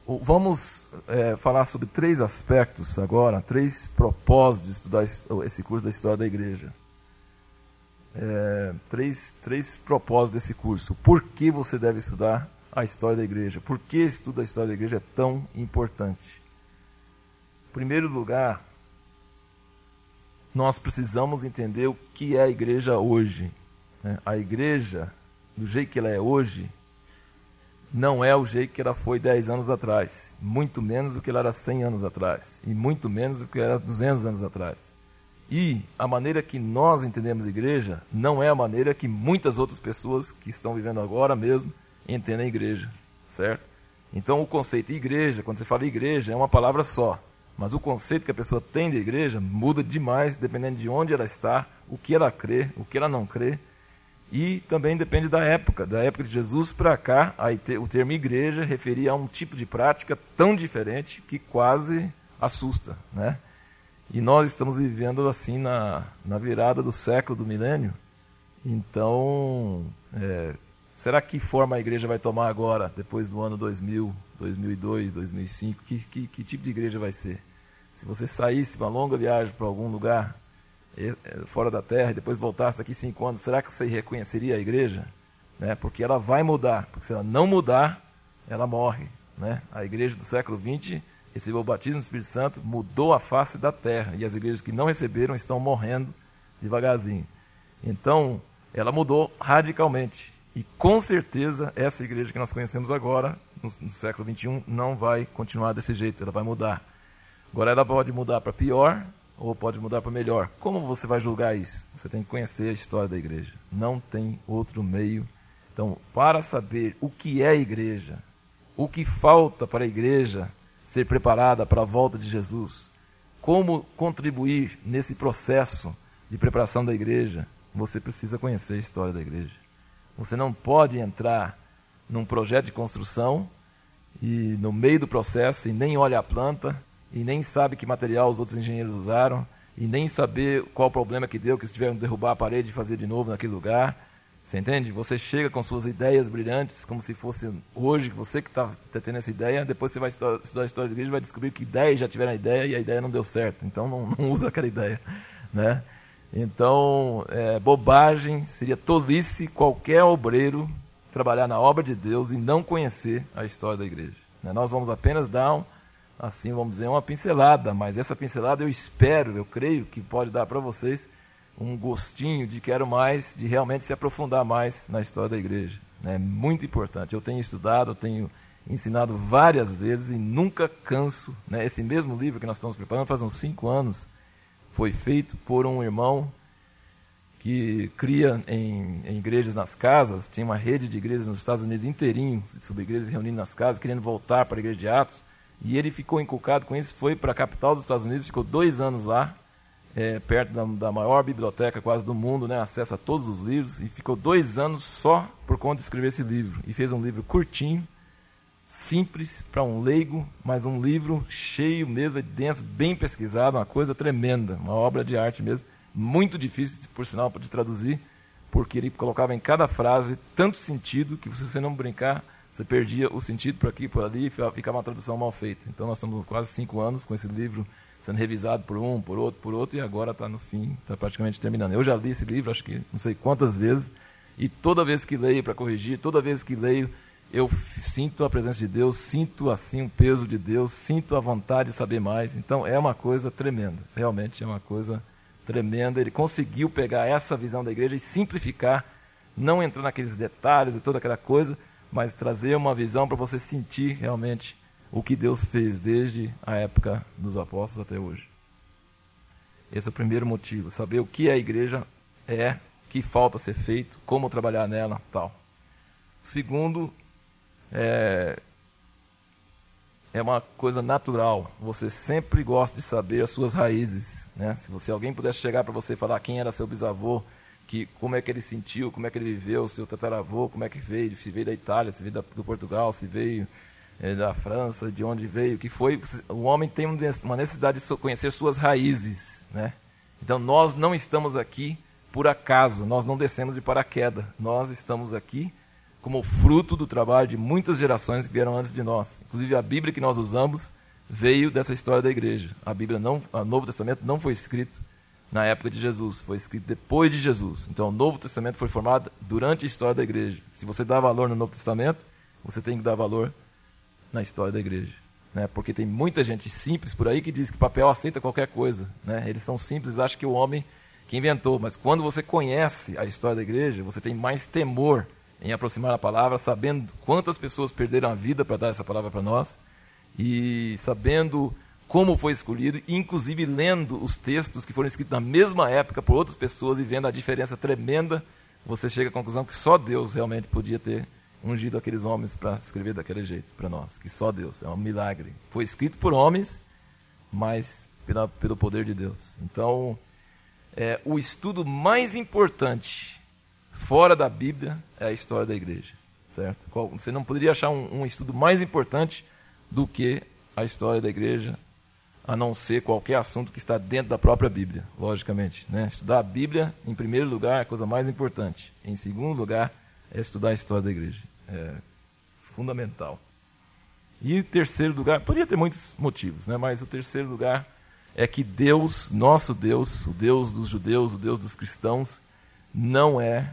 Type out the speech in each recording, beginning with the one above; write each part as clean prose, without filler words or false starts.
Vamos falar sobre 3 aspectos agora, 3 propósitos de estudar esse curso da História da Igreja. 3 propósitos desse curso. Por que você deve estudar a História da Igreja? Por que o estudo da História da Igreja é tão importante? Em primeiro lugar, nós precisamos entender o que é a Igreja hoje. A Igreja, do jeito que ela é hoje, não é o jeito que ela foi 10 anos atrás, muito menos do que ela era 100 anos atrás, e muito menos do que era 200 anos atrás. E a maneira que nós entendemos a igreja não é a maneira que muitas outras pessoas que estão vivendo agora mesmo entendem a igreja, certo? Então o conceito de igreja, quando você fala igreja, é uma palavra só, mas o conceito que a pessoa tem de igreja muda demais dependendo de onde ela está, o que ela crê, o que ela não crê. E também depende da época de Jesus para cá, o termo igreja referia a um tipo de prática tão diferente que quase assusta, né? E nós estamos vivendo assim na virada do século, do milênio. Então, será que forma a igreja vai tomar agora, depois do ano 2000, 2002, 2005? Que tipo de igreja vai ser? Se você saísse uma longa viagem para algum lugar fora da terra e depois voltasse daqui 5 anos, será que você reconheceria a igreja? Porque ela vai mudar, porque se ela não mudar, ela morre, né? A igreja do século XX recebeu o batismo do Espírito Santo, mudou a face da terra, e as igrejas que não receberam estão morrendo devagarzinho. Então, ela mudou radicalmente, e com certeza essa igreja que nós conhecemos agora, no século XXI, não vai continuar desse jeito, ela vai mudar. Agora ela pode mudar para pior, ou pode mudar para melhor. Como você vai julgar isso? Você tem que conhecer a história da igreja. Não tem outro meio. Então, para saber o que é a igreja, o que falta para a igreja ser preparada para a volta de Jesus, como contribuir nesse processo de preparação da igreja, você precisa conhecer a história da igreja. Você não pode entrar num projeto de construção e no meio do processo e nem olha a planta, e nem sabe que material os outros engenheiros usaram, e nem saber qual o problema que deu, que eles tiveram que derrubar a parede e fazer de novo naquele lugar. Você entende? Você chega com suas ideias brilhantes, como se fosse hoje, você que está tendo essa ideia, depois você vai estudar a história da igreja e vai descobrir que 10 já tiveram a ideia e a ideia não deu certo. Então não usa aquela ideia, né? Então, bobagem, seria tolice qualquer obreiro trabalhar na obra de Deus e não conhecer a história da igreja. Nós vamos apenas dar assim, vamos dizer, uma pincelada, mas essa pincelada eu creio que pode dar para vocês um gostinho de quero mais, de realmente se aprofundar mais na história da igreja. É muito importante. Eu tenho estudado, eu tenho ensinado várias vezes e nunca canso. Esse mesmo livro que nós estamos preparando faz uns 5 anos, foi feito por um irmão que cria em igrejas nas casas, tinha uma rede de igrejas nos Estados Unidos inteirinho, sobre igrejas reunindo nas casas, querendo voltar para a igreja de Atos. E ele ficou encucado com isso, foi para a capital dos Estados Unidos, ficou 2 anos lá, perto da maior biblioteca quase do mundo, acesso a todos os livros, e ficou 2 anos só por conta de escrever esse livro. E fez um livro curtinho, simples, para um leigo, mas um livro cheio mesmo, denso, bem pesquisado, uma coisa tremenda, uma obra de arte mesmo, muito difícil, por sinal, de traduzir, porque ele colocava em cada frase tanto sentido que se você não brincar, você perdia o sentido por aqui, por ali, e ficava uma tradução mal feita. Então nós estamos quase 5 anos com esse livro sendo revisado por um, por outro, e agora está no fim, está praticamente terminando. Eu já li esse livro, acho que não sei quantas vezes, e toda vez que leio para corrigir, toda vez que leio, eu sinto a presença de Deus, sinto assim o peso de Deus, sinto a vontade de saber mais. Então é uma coisa tremenda, realmente é uma coisa tremenda. Ele conseguiu pegar essa visão da igreja e simplificar, não entrar naqueles detalhes e toda aquela coisa, mas trazer uma visão para você sentir realmente o que Deus fez desde a época dos apóstolos até hoje. Esse é o primeiro motivo, saber o que a igreja é, o que falta ser feito, como trabalhar nela, tal. O segundo é uma coisa natural, você sempre gosta de saber as suas raízes, Se alguém pudesse chegar para você e falar quem era seu bisavô, como é que ele sentiu, como é que ele viveu, o seu tataravô, como é que veio, se veio da Itália, se veio do Portugal, se veio da França, de onde veio, o que foi. O homem tem uma necessidade de conhecer suas raízes, Então nós não estamos aqui por acaso, nós não descemos de paraquedas, nós estamos aqui como fruto do trabalho de muitas gerações que vieram antes de nós. Inclusive a Bíblia que nós usamos veio dessa história da igreja. A Bíblia o Novo Testamento não foi escrito na época de Jesus, foi escrito depois de Jesus. Então o Novo Testamento foi formado durante a história da igreja. Se você dá valor no Novo Testamento, você tem que dar valor na história da igreja. Né? Porque tem muita gente simples por aí que diz que papel aceita qualquer coisa. Né? Eles são simples, acham que o homem que inventou. Mas quando você conhece a história da igreja, você tem mais temor em aproximar a palavra, sabendo quantas pessoas perderam a vida para dar essa palavra para nós, e sabendo como foi escolhido, e inclusive lendo os textos que foram escritos na mesma época por outras pessoas e vendo a diferença tremenda, você chega à conclusão que só Deus realmente podia ter ungido aqueles homens para escrever daquele jeito para nós, que só Deus, é um milagre. Foi escrito por homens, mas pelo poder de Deus. Então, o estudo mais importante fora da Bíblia é a história da igreja, certo? Você não poderia achar um estudo mais importante do que a história da igreja, a não ser qualquer assunto que está dentro da própria Bíblia, logicamente. Né? Estudar a Bíblia, em primeiro lugar, é a coisa mais importante. Em segundo lugar, é estudar a história da igreja. É fundamental. E em terceiro lugar, podia ter muitos motivos, né? Mas o terceiro lugar é que Deus, nosso Deus, o Deus dos judeus, o Deus dos cristãos, não é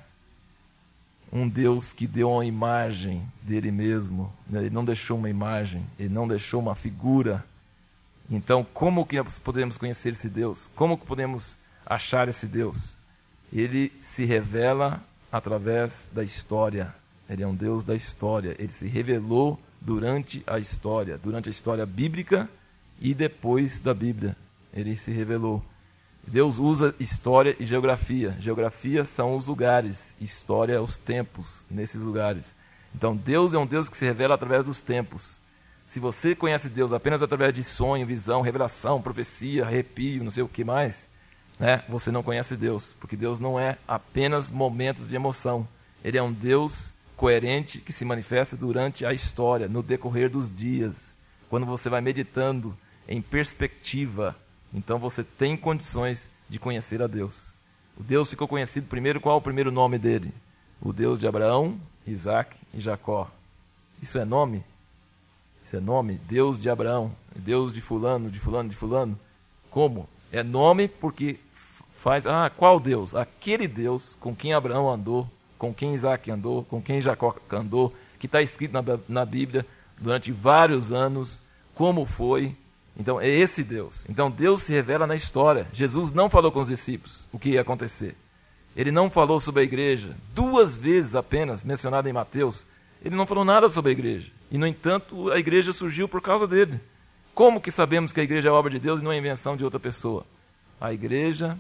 um Deus que deu uma imagem dele mesmo. Né? Ele não deixou uma imagem, ele não deixou uma figura. Então, como que nós podemos conhecer esse Deus? Como que podemos achar esse Deus? Ele se revela através da história. Ele é um Deus da história. Ele se revelou durante a história bíblica e depois da Bíblia. Ele se revelou. Deus usa história e geografia. Geografia são os lugares, história é os tempos nesses lugares. Então, Deus é um Deus que se revela através dos tempos. Se você conhece Deus apenas através de sonho, visão, revelação, profecia, arrepio, não sei o que mais, né, você não conhece Deus, porque Deus não é apenas momentos de emoção. Ele é um Deus coerente que se manifesta durante a história, no decorrer dos dias. Quando você vai meditando em perspectiva, então você tem condições de conhecer a Deus. O Deus ficou conhecido primeiro, qual é o primeiro nome dele? O Deus de Abraão, Isaac e Jacó. Isso é nome? Isso é nome? Deus de Abraão, Deus de fulano, de fulano, de fulano. Como? É nome porque faz... qual Deus? Aquele Deus com quem Abraão andou, com quem Isaac andou, com quem Jacó andou, que está escrito na Bíblia durante vários anos, como foi. Então, é esse Deus. Então, Deus se revela na história. Jesus não falou com os discípulos o que ia acontecer. Ele não falou sobre a igreja. 2 vezes apenas, mencionado em Mateus, ele não falou nada sobre a igreja. E, no entanto, a igreja surgiu por causa dele. Como que sabemos que a igreja é obra de Deus e não é invenção de outra pessoa? A igreja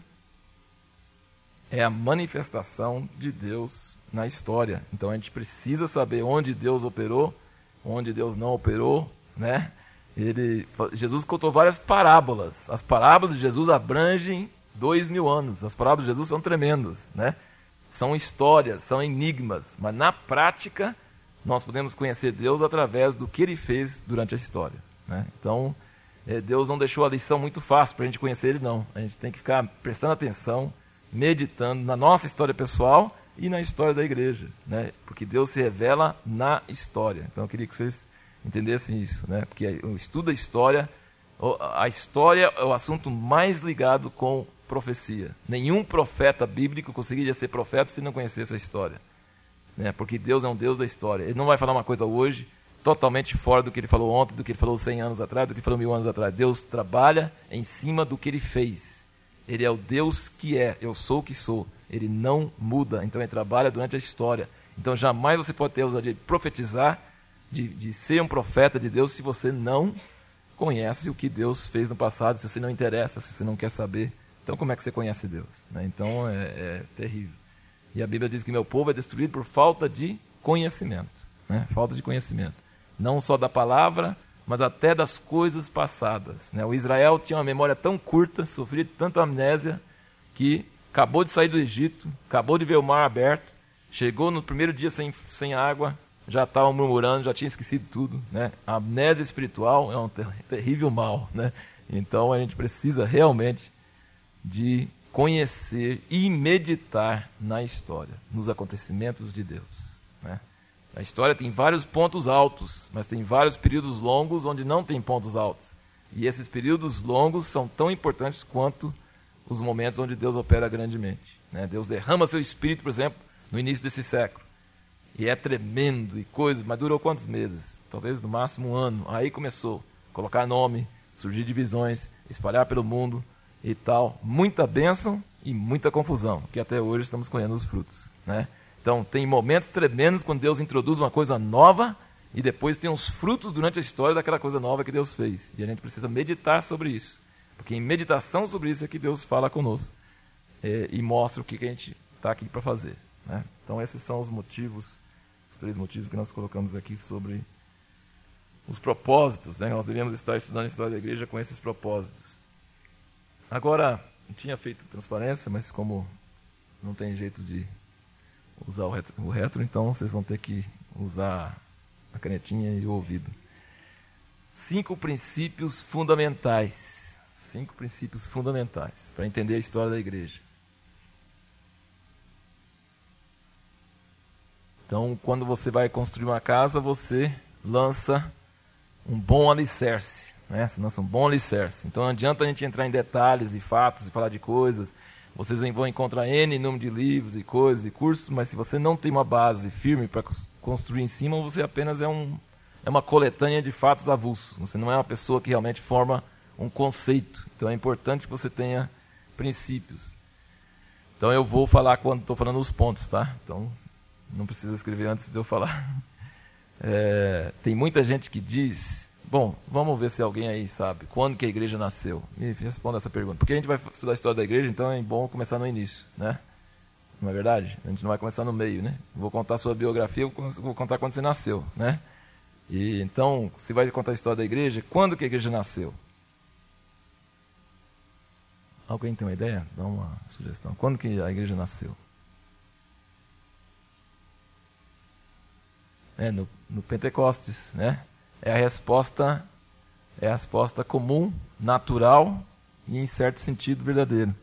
é a manifestação de Deus na história. Então, a gente precisa saber onde Deus operou, onde Deus não operou, né? Jesus contou várias parábolas. As parábolas de Jesus abrangem 2000 anos. As parábolas de Jesus são tremendas, né? São histórias, são enigmas. Mas na prática, nós podemos conhecer Deus através do que Ele fez durante a história, né? Então, Deus não deixou a lição muito fácil para a gente conhecer Ele, não. A gente tem que ficar prestando atenção, meditando na nossa história pessoal e na história da igreja, né? Porque Deus se revela na história. Então, eu queria que vocês entendessem isso, né? Porque o estudo da história, a história é o assunto mais ligado com profecia. Nenhum profeta bíblico conseguiria ser profeta se não conhecesse a história, né? Porque Deus é um Deus da história. Ele não vai falar uma coisa hoje totalmente fora do que ele falou ontem, do que ele falou 100 anos atrás, do que ele falou 1000 anos atrás. Deus trabalha em cima do que ele fez. Ele é o Deus que é, eu sou o que sou. Ele não muda, então ele trabalha durante a história. Então jamais você pode ter a ousadia de profetizar, de ser um profeta de Deus, se você não conhece o que Deus fez no passado, se você não interessa, se você não quer saber. Então como é que você conhece Deus, né? Então é terrível. E a Bíblia diz que meu povo é destruído por falta de conhecimento, né? Falta de conhecimento. Não só da palavra, mas até das coisas passadas, né? O Israel tinha uma memória tão curta, sofria tanta amnésia, que acabou de sair do Egito, acabou de ver o mar aberto, chegou no primeiro dia sem água, já estavam murmurando, já tinha esquecido tudo, né? A amnésia espiritual é um terrível mal, né? Então a gente precisa realmente de conhecer e meditar na história, nos acontecimentos de Deus, né? A história tem vários pontos altos, mas tem vários períodos longos onde não tem pontos altos. E esses períodos longos são tão importantes quanto os momentos onde Deus opera grandemente. Né? Deus derrama seu Espírito, por exemplo, no início desse século. E é tremendo e coisa, mas durou quantos meses? Talvez no máximo 1 ano. Aí começou a colocar nome, surgir divisões, espalhar pelo mundo e tal. Muita bênção e muita confusão, que até hoje estamos colhendo os frutos. Né? Então tem momentos tremendos quando Deus introduz uma coisa nova e depois tem os frutos durante a história daquela coisa nova que Deus fez. E a gente precisa meditar sobre isso. Porque em meditação sobre isso é que Deus fala conosco e mostra o que a gente está aqui para fazer. Né? Então esses são os motivos, os 3 motivos que nós colocamos aqui sobre os propósitos. Né? Nós deveríamos estar estudando a história da igreja com esses propósitos. Agora, eu tinha feito transparência, mas como não tem jeito de usar o retro, então vocês vão ter que usar a canetinha e o ouvido. 5 princípios fundamentais. 5 princípios fundamentais para entender a história da igreja. Então, quando você vai construir uma casa, você lança um bom alicerce. Né? Você lança um bom alicerce. Então, não adianta a gente entrar em detalhes e fatos e falar de coisas. Vocês vão encontrar N número de livros e coisas e cursos, mas se você não tem uma base firme para construir em cima, você apenas é uma coletânea de fatos avulsos. Você não é uma pessoa que realmente forma um conceito. Então é importante que você tenha princípios. Então eu vou falar quando estou falando os pontos, tá? Então não precisa escrever antes de eu falar. Tem muita gente que diz... Bom, vamos ver se alguém aí sabe. Quando que a igreja nasceu? Me responda essa pergunta. Porque a gente vai estudar a história da igreja, então é bom começar no início, né? Não é verdade? A gente não vai começar no meio, né? Vou contar a sua biografia, vou contar quando você nasceu, né? E então, se vai contar a história da igreja, quando que a igreja nasceu? Alguém tem uma ideia? Dá uma sugestão. Quando que a igreja nasceu? No Pentecostes, né? É a resposta comum, natural e, em certo sentido, verdadeira.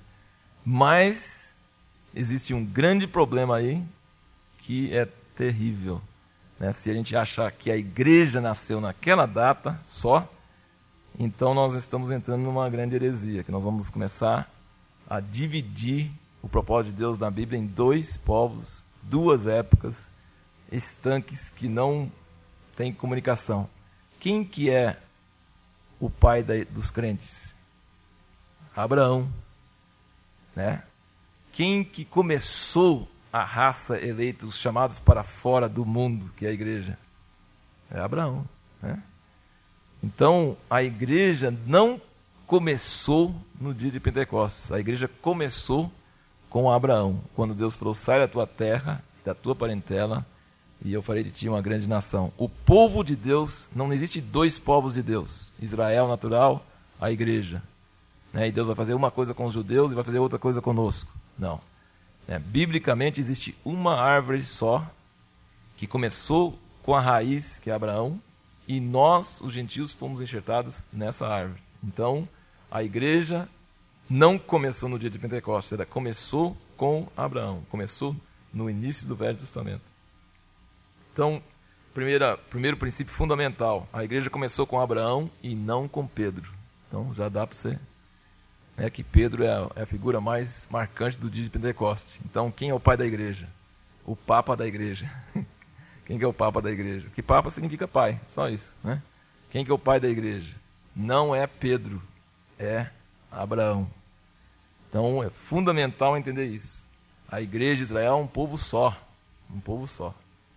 Mas existe um grande problema aí que é terrível. Né? Se a gente achar que a igreja nasceu naquela data só, então nós estamos entrando numa grande heresia, que nós vamos começar a dividir o propósito de Deus na Bíblia em 2 povos, 2 épocas, estanques que não têm comunicação. Quem que é o pai dos crentes? Abraão. Né? Quem que começou a raça eleita, os chamados para fora do mundo, que é a igreja? É Abraão. Né? Então, a igreja não começou no dia de Pentecostes. A igreja começou com Abraão, quando Deus falou, sai da tua terra, da tua parentela, e eu farei de ti uma grande nação. O povo de Deus, não existe 2 povos de Deus. Israel natural, a igreja. Né? E Deus vai fazer uma coisa com os judeus e vai fazer outra coisa conosco. Não. Biblicamente existe uma árvore só, que começou com a raiz, que é Abraão, e nós, os gentios, fomos enxertados nessa árvore. Então, a igreja não começou no dia de Pentecostes, ela começou com Abraão, começou no início do Velho Testamento. Então, primeiro princípio fundamental, a igreja começou com Abraão e não com Pedro. Então, já dá para você... que Pedro é a figura mais marcante do dia de Pentecostes. Então, quem é o pai da igreja? O Papa da igreja. Quem que é o Papa da igreja? Que Papa significa pai, só isso. Né? Quem que é o pai da igreja? Não é Pedro, é Abraão. Então, é fundamental entender isso. A igreja de Israel é um povo só. Um povo só.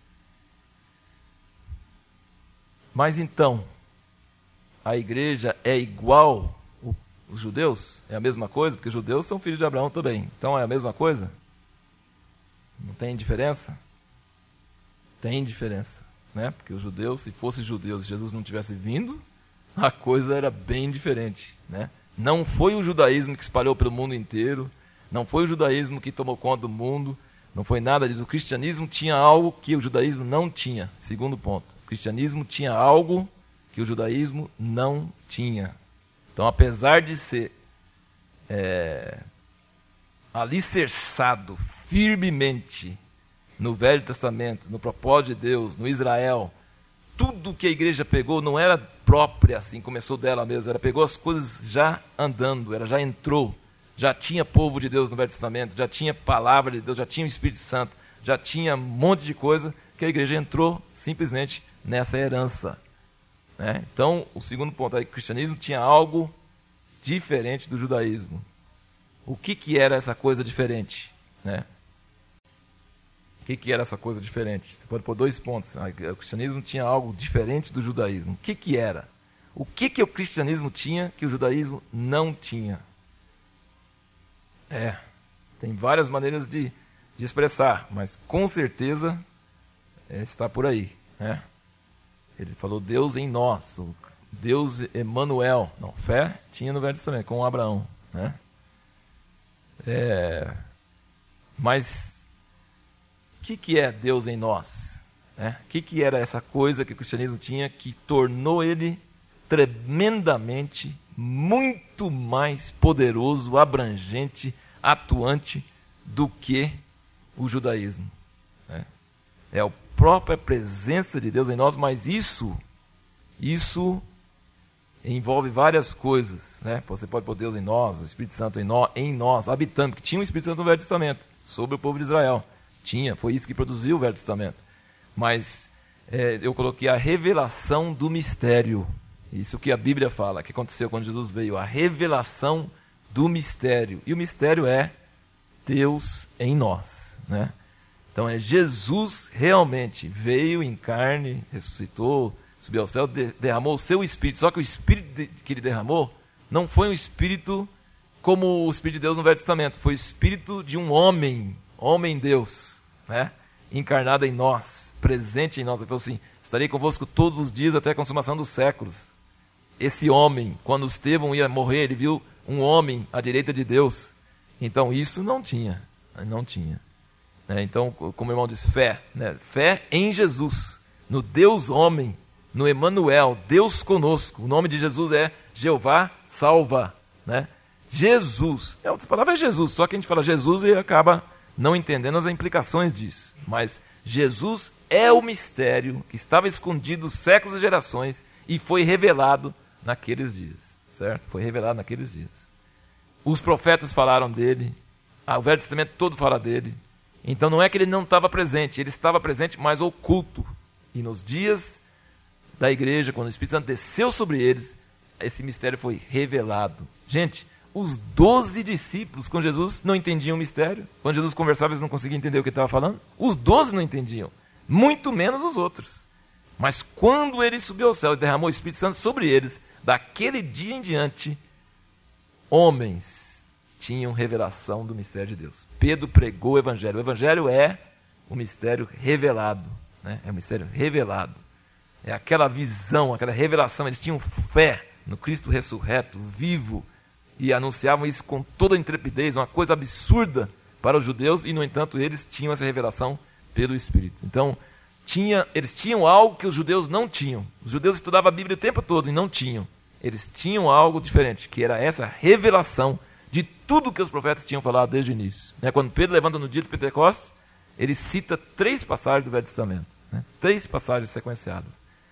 Mas então, a igreja é igual os judeus? É a mesma coisa? Porque os judeus são filhos de Abraão também. Então é a mesma coisa? Não tem diferença? Tem diferença. Né? Porque os judeus, se fossem judeus e Jesus não tivesse vindo, a coisa era bem diferente. Né? Não foi o judaísmo que espalhou pelo mundo inteiro, não foi o judaísmo que tomou conta do mundo, não foi nada disso. O cristianismo tinha algo que o judaísmo não tinha. Segundo ponto. O cristianismo tinha algo que o judaísmo não tinha. Então, apesar de ser alicerçado firmemente no Velho Testamento, no propósito de Deus, no Israel, tudo que a igreja pegou não era própria assim, começou dela mesma, ela pegou as coisas já andando, ela já entrou, já tinha povo de Deus no Velho Testamento, já tinha palavra de Deus, já tinha o Espírito Santo, já tinha um monte de coisa que a igreja entrou simplesmente nessa herança. Né? Então, o segundo ponto aí, que o cristianismo tinha algo diferente do judaísmo. O que era essa coisa diferente? Né? O que era essa coisa diferente? Você pode pôr 2 pontos. O cristianismo tinha algo diferente do judaísmo. O que era? O que o cristianismo tinha que o judaísmo não tinha? Tem várias maneiras de expressar, mas com certeza está por aí. Né? Ele falou Deus em nós, o Deus Emanuel. Não, fé tinha no Velho Testamento, com Abraão. Né? Mas o que é Deus em nós? Né? O que era essa coisa que o cristianismo tinha que tornou ele tremendamente, muito mais poderoso, abrangente, atuante do que o judaísmo? Né? É a própria presença de Deus em nós, mas isso envolve várias coisas. Né? Você pode pôr Deus em nós, o Espírito Santo em nós, habitando, que tinha o Espírito Santo no Velho Testamento, sobre o povo de Israel. Foi isso que produziu o Velho Testamento. Mas eu coloquei a revelação do mistério. Isso que a Bíblia fala, que aconteceu quando Jesus veio, a revelação do mistério. E o mistério é Deus em nós. Né? Então Jesus realmente veio em carne, ressuscitou, subiu ao céu, derramou o seu Espírito. Só que o Espírito que ele derramou não foi um Espírito como o Espírito de Deus no Velho Testamento. Foi o Espírito de um homem Deus, né? Encarnado em nós, presente em nós. Ele falou assim, estarei convosco todos os dias até a consumação dos séculos. Esse homem, quando Estevão ia morrer, ele viu um homem à direita de Deus. Então isso não tinha. Então, como o irmão disse, fé. Né? Fé em Jesus, no Deus homem, no Emanuel, Deus conosco. O nome de Jesus é Jeová salva. Né? Jesus, outra palavra é Jesus, só que a gente fala Jesus e acaba não entendendo as implicações disso. Mas Jesus é o mistério que estava escondido séculos e gerações e foi revelado naqueles dias. Certo? Foi revelado naqueles dias. Os profetas falaram dele, o Velho Testamento todo fala dele. Então não é que ele não estava presente, ele estava presente, mas oculto. E nos dias da igreja, quando o Espírito Santo desceu sobre eles, esse mistério foi revelado. Gente, os 12 discípulos com Jesus não entendiam o mistério. Quando Jesus conversava, eles não conseguiam entender o que ele estava falando. Os 12 não entendiam, muito menos os outros. Mas quando ele subiu ao céu e derramou o Espírito Santo sobre eles, daquele dia em diante, homens tinham revelação do mistério de Deus. Pedro pregou o Evangelho. O Evangelho é o mistério revelado. Né? É o mistério revelado. É aquela visão, aquela revelação. Eles tinham fé no Cristo ressurreto, vivo, e anunciavam isso com toda a intrepidez, uma coisa absurda para os judeus, e no entanto eles tinham essa revelação pelo Espírito. Então, eles tinham algo que os judeus não tinham. Os judeus estudavam a Bíblia o tempo todo e não tinham. Eles tinham algo diferente, que era essa revelação de tudo que os profetas tinham falado desde o início. Quando Pedro levanta no dia de Pentecostes, ele cita 3 passagens do Velho Testamento. 3 passagens sequenciadas.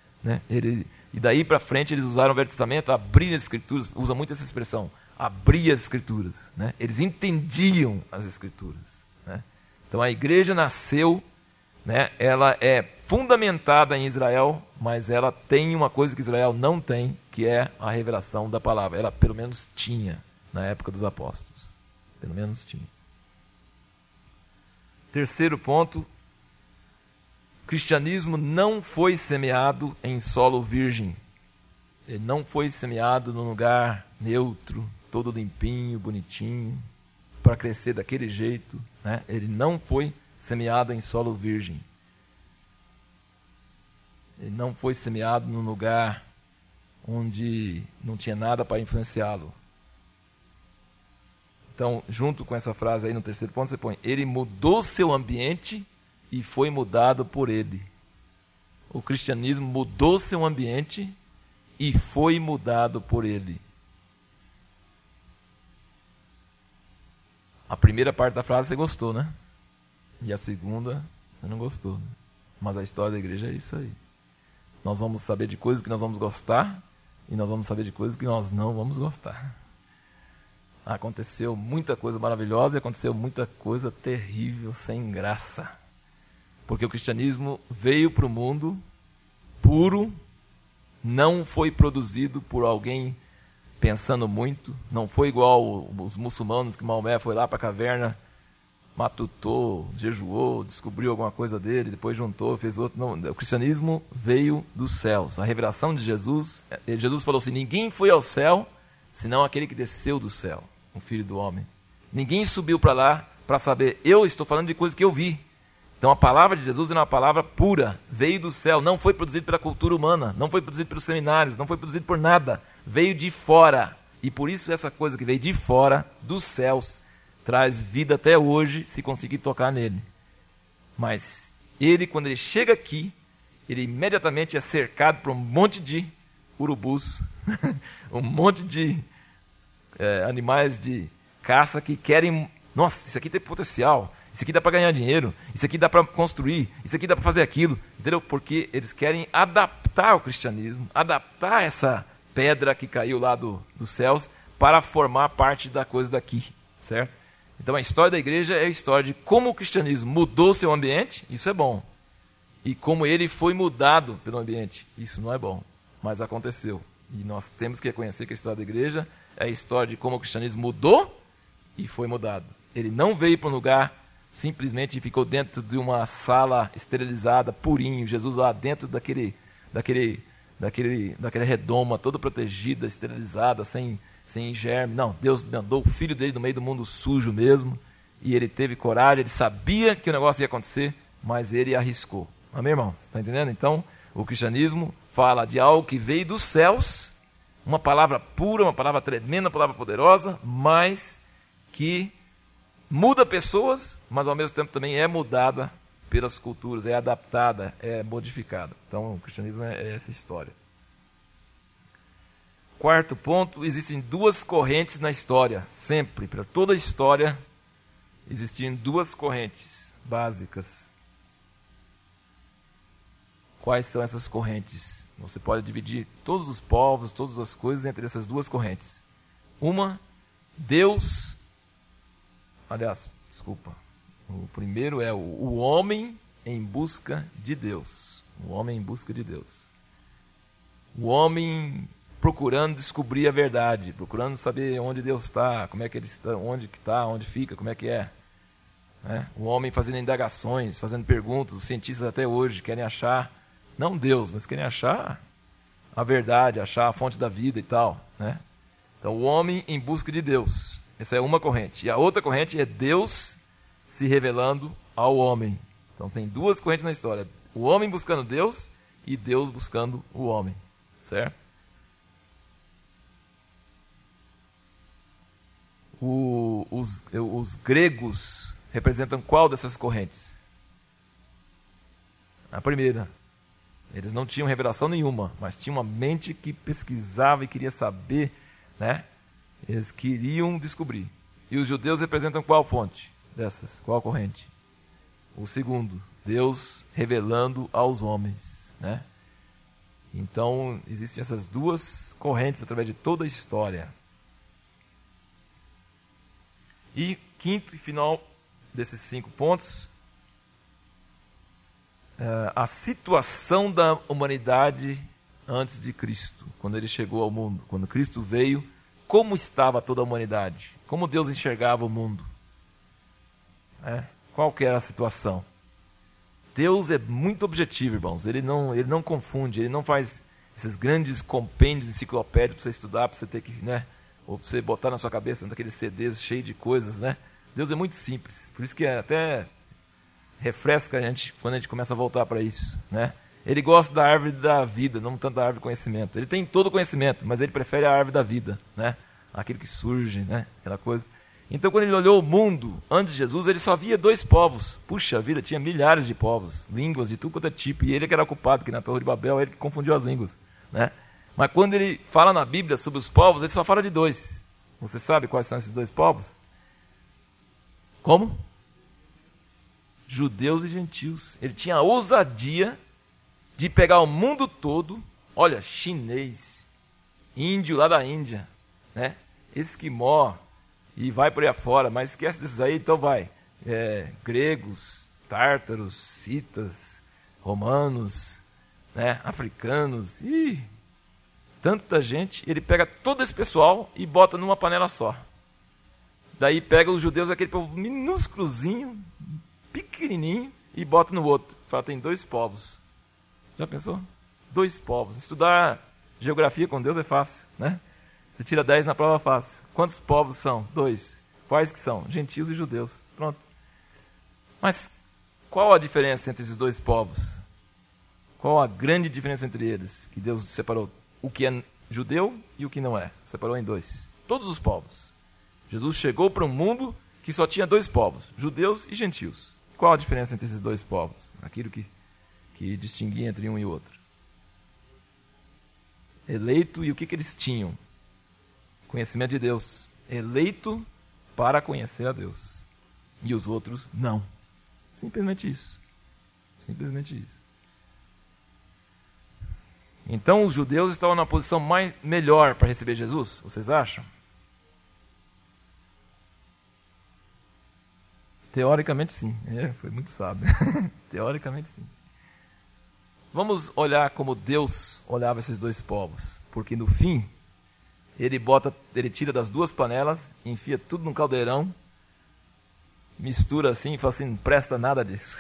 E daí para frente eles usaram o Velho Testamento, abrir as Escrituras, usa muito essa expressão, abrir as Escrituras. Eles entendiam as Escrituras. Então a igreja nasceu, ela é fundamentada em Israel, mas ela tem uma coisa que Israel não tem, que é a revelação da palavra. Ela pelo menos tinha, na época dos apóstolos. Pelo menos tinha. Terceiro ponto, o cristianismo não foi semeado em solo virgem. Ele não foi semeado num lugar neutro, todo limpinho, bonitinho, para crescer daquele jeito. Ele não foi semeado em solo virgem. Ele não foi semeado num lugar onde não tinha nada para influenciá-lo. Então, junto com essa frase aí no terceiro ponto, você põe: ele mudou seu ambiente e foi mudado por ele. O cristianismo mudou seu ambiente e foi mudado por ele. A primeira parte da frase você gostou, né? E a segunda, Você não gostou, né? Mas a história da igreja é isso aí. Nós vamos saber de coisas que nós vamos gostar e nós vamos saber de coisas que nós não vamos gostar. Aconteceu muita coisa maravilhosa e aconteceu muita coisa terrível, sem graça. Porque o cristianismo veio para o mundo puro, não foi produzido por alguém pensando muito, não foi igual os muçulmanos que Maomé foi lá para a caverna, matutou, jejuou, descobriu alguma coisa dele, depois juntou, fez outro. Não, o cristianismo veio dos céus. A revelação de Jesus, Jesus falou assim, ninguém foi ao céu, senão aquele que desceu do céu, o Filho do Homem. Ninguém subiu para lá para saber, eu estou falando de coisas que eu vi. Então a palavra de Jesus é uma palavra pura, veio do céu, não foi produzido pela cultura humana, não foi produzido pelos seminários, não foi produzido por nada, veio de fora. E por isso essa coisa que veio de fora, dos céus, traz vida até hoje, se conseguir tocar nele. Mas ele, quando ele chega aqui, ele imediatamente é cercado por um monte de urubus, um monte de animais de caça que querem, nossa, isso aqui tem potencial, isso aqui dá para ganhar dinheiro, isso aqui dá para construir, isso aqui dá para fazer aquilo, entendeu? Porque eles querem adaptar o cristianismo, adaptar essa pedra que caiu lá dos céus para formar parte da coisa daqui, certo? Então a história da igreja é a história de como o cristianismo mudou seu ambiente, isso é bom, e como ele foi mudado pelo ambiente, isso não é bom, mas aconteceu. E nós temos que reconhecer que a história da igreja é a história de como o cristianismo mudou e foi mudado. Ele não veio para um lugar simplesmente ficou dentro de uma sala esterilizada, purinho, Jesus lá dentro daquela redoma toda protegida, esterilizada, sem germe. Não, Deus mandou o filho dele no meio do mundo sujo mesmo, e ele teve coragem, ele sabia que o negócio ia acontecer, mas ele arriscou. Amém, irmãos? Está entendendo? Então, o cristianismo fala de algo que veio dos céus, uma palavra pura, uma palavra tremenda, uma palavra poderosa, mas que muda pessoas, mas ao mesmo tempo também é mudada pelas culturas, é adaptada, é modificada. Então, o cristianismo é essa história. Quarto ponto, existem duas correntes na história, sempre, para toda a história, existiam duas correntes básicas. Quais são essas correntes? Você pode dividir todos os povos, todas as coisas entre essas duas correntes. Uma, Deus, o primeiro é o homem em busca de Deus. O homem em busca de Deus. O homem procurando descobrir a verdade, procurando saber onde Deus está, como é que ele está, onde que está, onde fica, como é que é. O homem fazendo indagações, fazendo perguntas, os cientistas até hoje querem achar, não Deus, mas querem achar a verdade, achar a fonte da vida e tal. Então o homem em busca de Deus, essa é uma corrente. E a outra corrente é Deus se revelando ao homem. Então tem duas correntes na história, o homem buscando Deus e Deus buscando o homem, certo? Os gregos representam qual dessas correntes? A primeira. Eles não tinham revelação nenhuma, mas tinham uma mente que pesquisava e queria saber, Eles queriam descobrir. E os judeus representam qual fonte dessas? Qual corrente? O segundo, Deus revelando aos homens, Então, existem essas duas correntes através de toda a história. E quinto e final desses 5 pontos, a situação da humanidade antes de Cristo, quando ele chegou ao mundo, quando Cristo veio, como estava toda a humanidade, como Deus enxergava o mundo, qual que era a situação? Deus é muito objetivo, irmãos, ele não confunde, ele não faz esses grandes compêndios enciclopédicos para você estudar, para você ter que, ou para você botar na sua cabeça daqueles CDs cheios de coisas, Deus é muito simples, por isso que até refresca a gente quando a gente começa a voltar para isso, Ele gosta da árvore da vida, não tanto da árvore do conhecimento. Ele tem todo o conhecimento, mas ele prefere a árvore da vida, aquele que surge, aquela coisa. Então, quando ele olhou o mundo antes de Jesus, ele só via 2 povos. Puxa vida, tinha milhares de povos, línguas de tudo quanto é tipo, e ele que era culpado, que na Torre de Babel ele que confundiu as línguas, Mas quando ele fala na Bíblia sobre os povos, ele só fala de 2. Você sabe quais são esses 2 povos? Como? judeus e gentios. Ele tinha a ousadia de pegar o mundo todo, olha, chinês, índio lá da Índia, né? Esquimó, e vai por aí afora, mas esquece desses aí, então vai. Gregos, tártaros, citas, romanos, né? Africanos, tanta gente. Ele pega todo esse pessoal e bota numa panela só. Daí pega os judeus, aquele povo minúsculozinho, pequenininho, e bota no outro. Fala, tem 2 povos. Já pensou? 2 povos. Estudar geografia com Deus é fácil, né? Você tira 10 na prova fácil. Quantos povos são? 2. Quais que são? Gentios e judeus. Pronto. Mas qual a diferença entre esses 2 povos? Qual a grande diferença entre eles? Que Deus separou o que é judeu e o que não é. Separou em 2. Todos os povos. Jesus chegou para um mundo que só tinha 2 povos, judeus e gentios. Qual a diferença entre esses 2 povos? Aquilo que distinguia entre um e outro. Eleito, e o que eles tinham? Conhecimento de Deus. Eleito para conhecer a Deus. E os outros, não. Simplesmente isso. Simplesmente isso. Então os judeus estavam na posição melhor para receber Jesus? Vocês acham? Teoricamente sim. Foi muito sábio. Teoricamente sim. Vamos olhar como Deus olhava esses 2 povos. Porque no fim, ele tira das 2 panelas, enfia tudo num caldeirão, mistura assim e fala assim, não presta nada disso.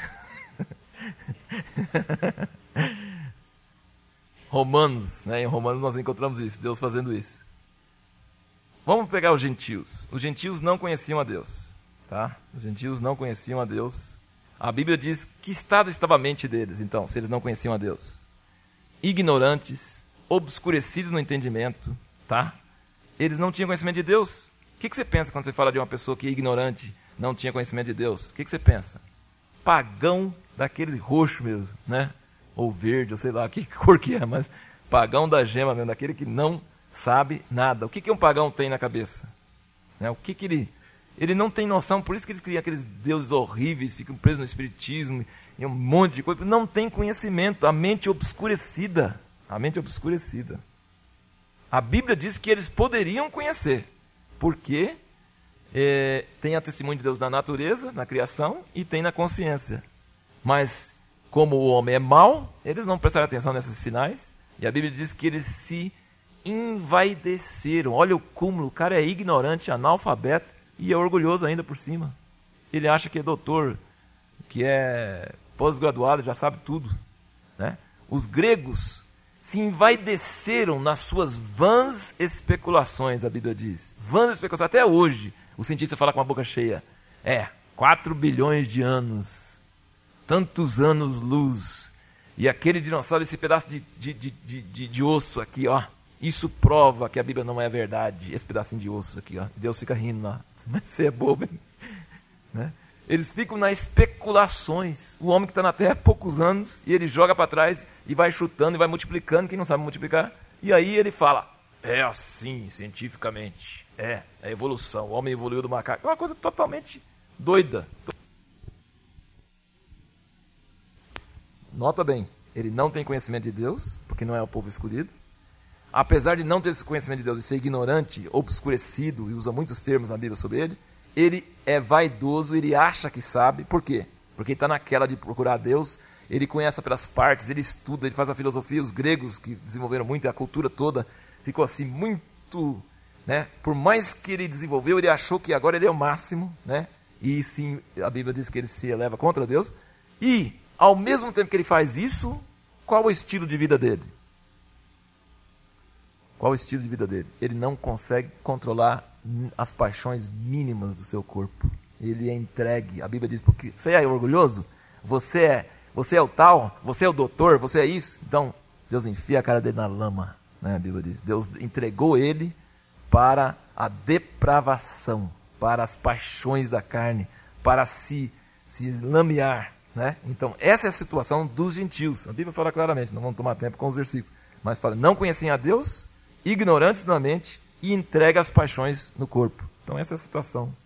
Romanos, né? Em Romanos nós encontramos isso, Deus fazendo isso. Vamos pegar os gentios. Os gentios não conheciam a Deus. Tá? Os gentios não conheciam a Deus. A Bíblia diz que estado estava a mente deles, então, se eles não conheciam a Deus. Ignorantes, obscurecidos no entendimento, tá? Eles não tinham conhecimento de Deus. O que você pensa quando você fala de uma pessoa que é ignorante, não tinha conhecimento de Deus? O que você pensa? Pagão daquele roxo mesmo, né? Ou verde, ou sei lá que cor que é, mas pagão da gema mesmo, daquele que não sabe nada. O que um pagão tem na cabeça? Né? O que ele não tem noção, por isso que eles criam aqueles deuses horríveis, ficam presos no espiritismo e um monte de coisa. Não tem conhecimento, a mente obscurecida. A mente obscurecida. A Bíblia diz que eles poderiam conhecer, porque tem a testemunho de Deus na natureza, na criação, e tem na consciência. Mas, como o homem é mau, eles não prestaram atenção nesses sinais, e a Bíblia diz que eles se envaideceram. Olha o cúmulo, o cara é ignorante, analfabeto, e é orgulhoso ainda por cima. Ele acha que é doutor, que é pós-graduado, já sabe tudo. Né? Os gregos se envaideceram nas suas vãs especulações, a Bíblia diz. Vãs especulações. Até hoje, o cientista fala com a boca cheia. 4 bilhões de anos. Tantos anos-luz. E aquele dinossauro, esse pedaço de osso aqui, ó. Isso prova que a Bíblia não é verdade. Esse pedacinho de osso aqui, ó. Deus fica rindo lá. Mas você é bobo, hein? Né? Eles ficam nas especulações. O homem que está na Terra há poucos anos, e ele joga para trás, e vai chutando, e vai multiplicando, quem não sabe multiplicar. E aí ele fala, é assim, cientificamente. É a evolução. O homem evoluiu do macaco. É uma coisa totalmente doida. Nota bem, ele não tem conhecimento de Deus, porque não é o povo escolhido. Apesar de não ter esse conhecimento de Deus e ser ignorante, obscurecido, e usa muitos termos na Bíblia sobre ele é vaidoso, ele acha que sabe. Por quê? Porque ele está naquela de procurar Deus, ele conhece pelas partes, ele estuda, ele faz a filosofia. Os gregos, que desenvolveram muito, a cultura toda, ficou assim muito... Né? Por mais que ele desenvolveu, ele achou que agora ele é o máximo, né? E sim, a Bíblia diz que ele se eleva contra Deus. E, ao mesmo tempo que ele faz isso, qual o estilo de vida dele? Qual o estilo de vida dele? Ele não consegue controlar as paixões mínimas do seu corpo. Ele é entregue. A Bíblia diz, porque você é orgulhoso? Você é o tal? Você é o doutor? Você é isso? Então, Deus enfia a cara dele na lama. Né? A Bíblia diz. Deus entregou ele para a depravação, para as paixões da carne, para se lamear. Né? Então, essa é a situação dos gentios. A Bíblia fala claramente, não vamos tomar tempo com os versículos, mas fala, não conheciam a Deus, ignorantes na mente, e entrega as paixões no corpo. Então essa é a situação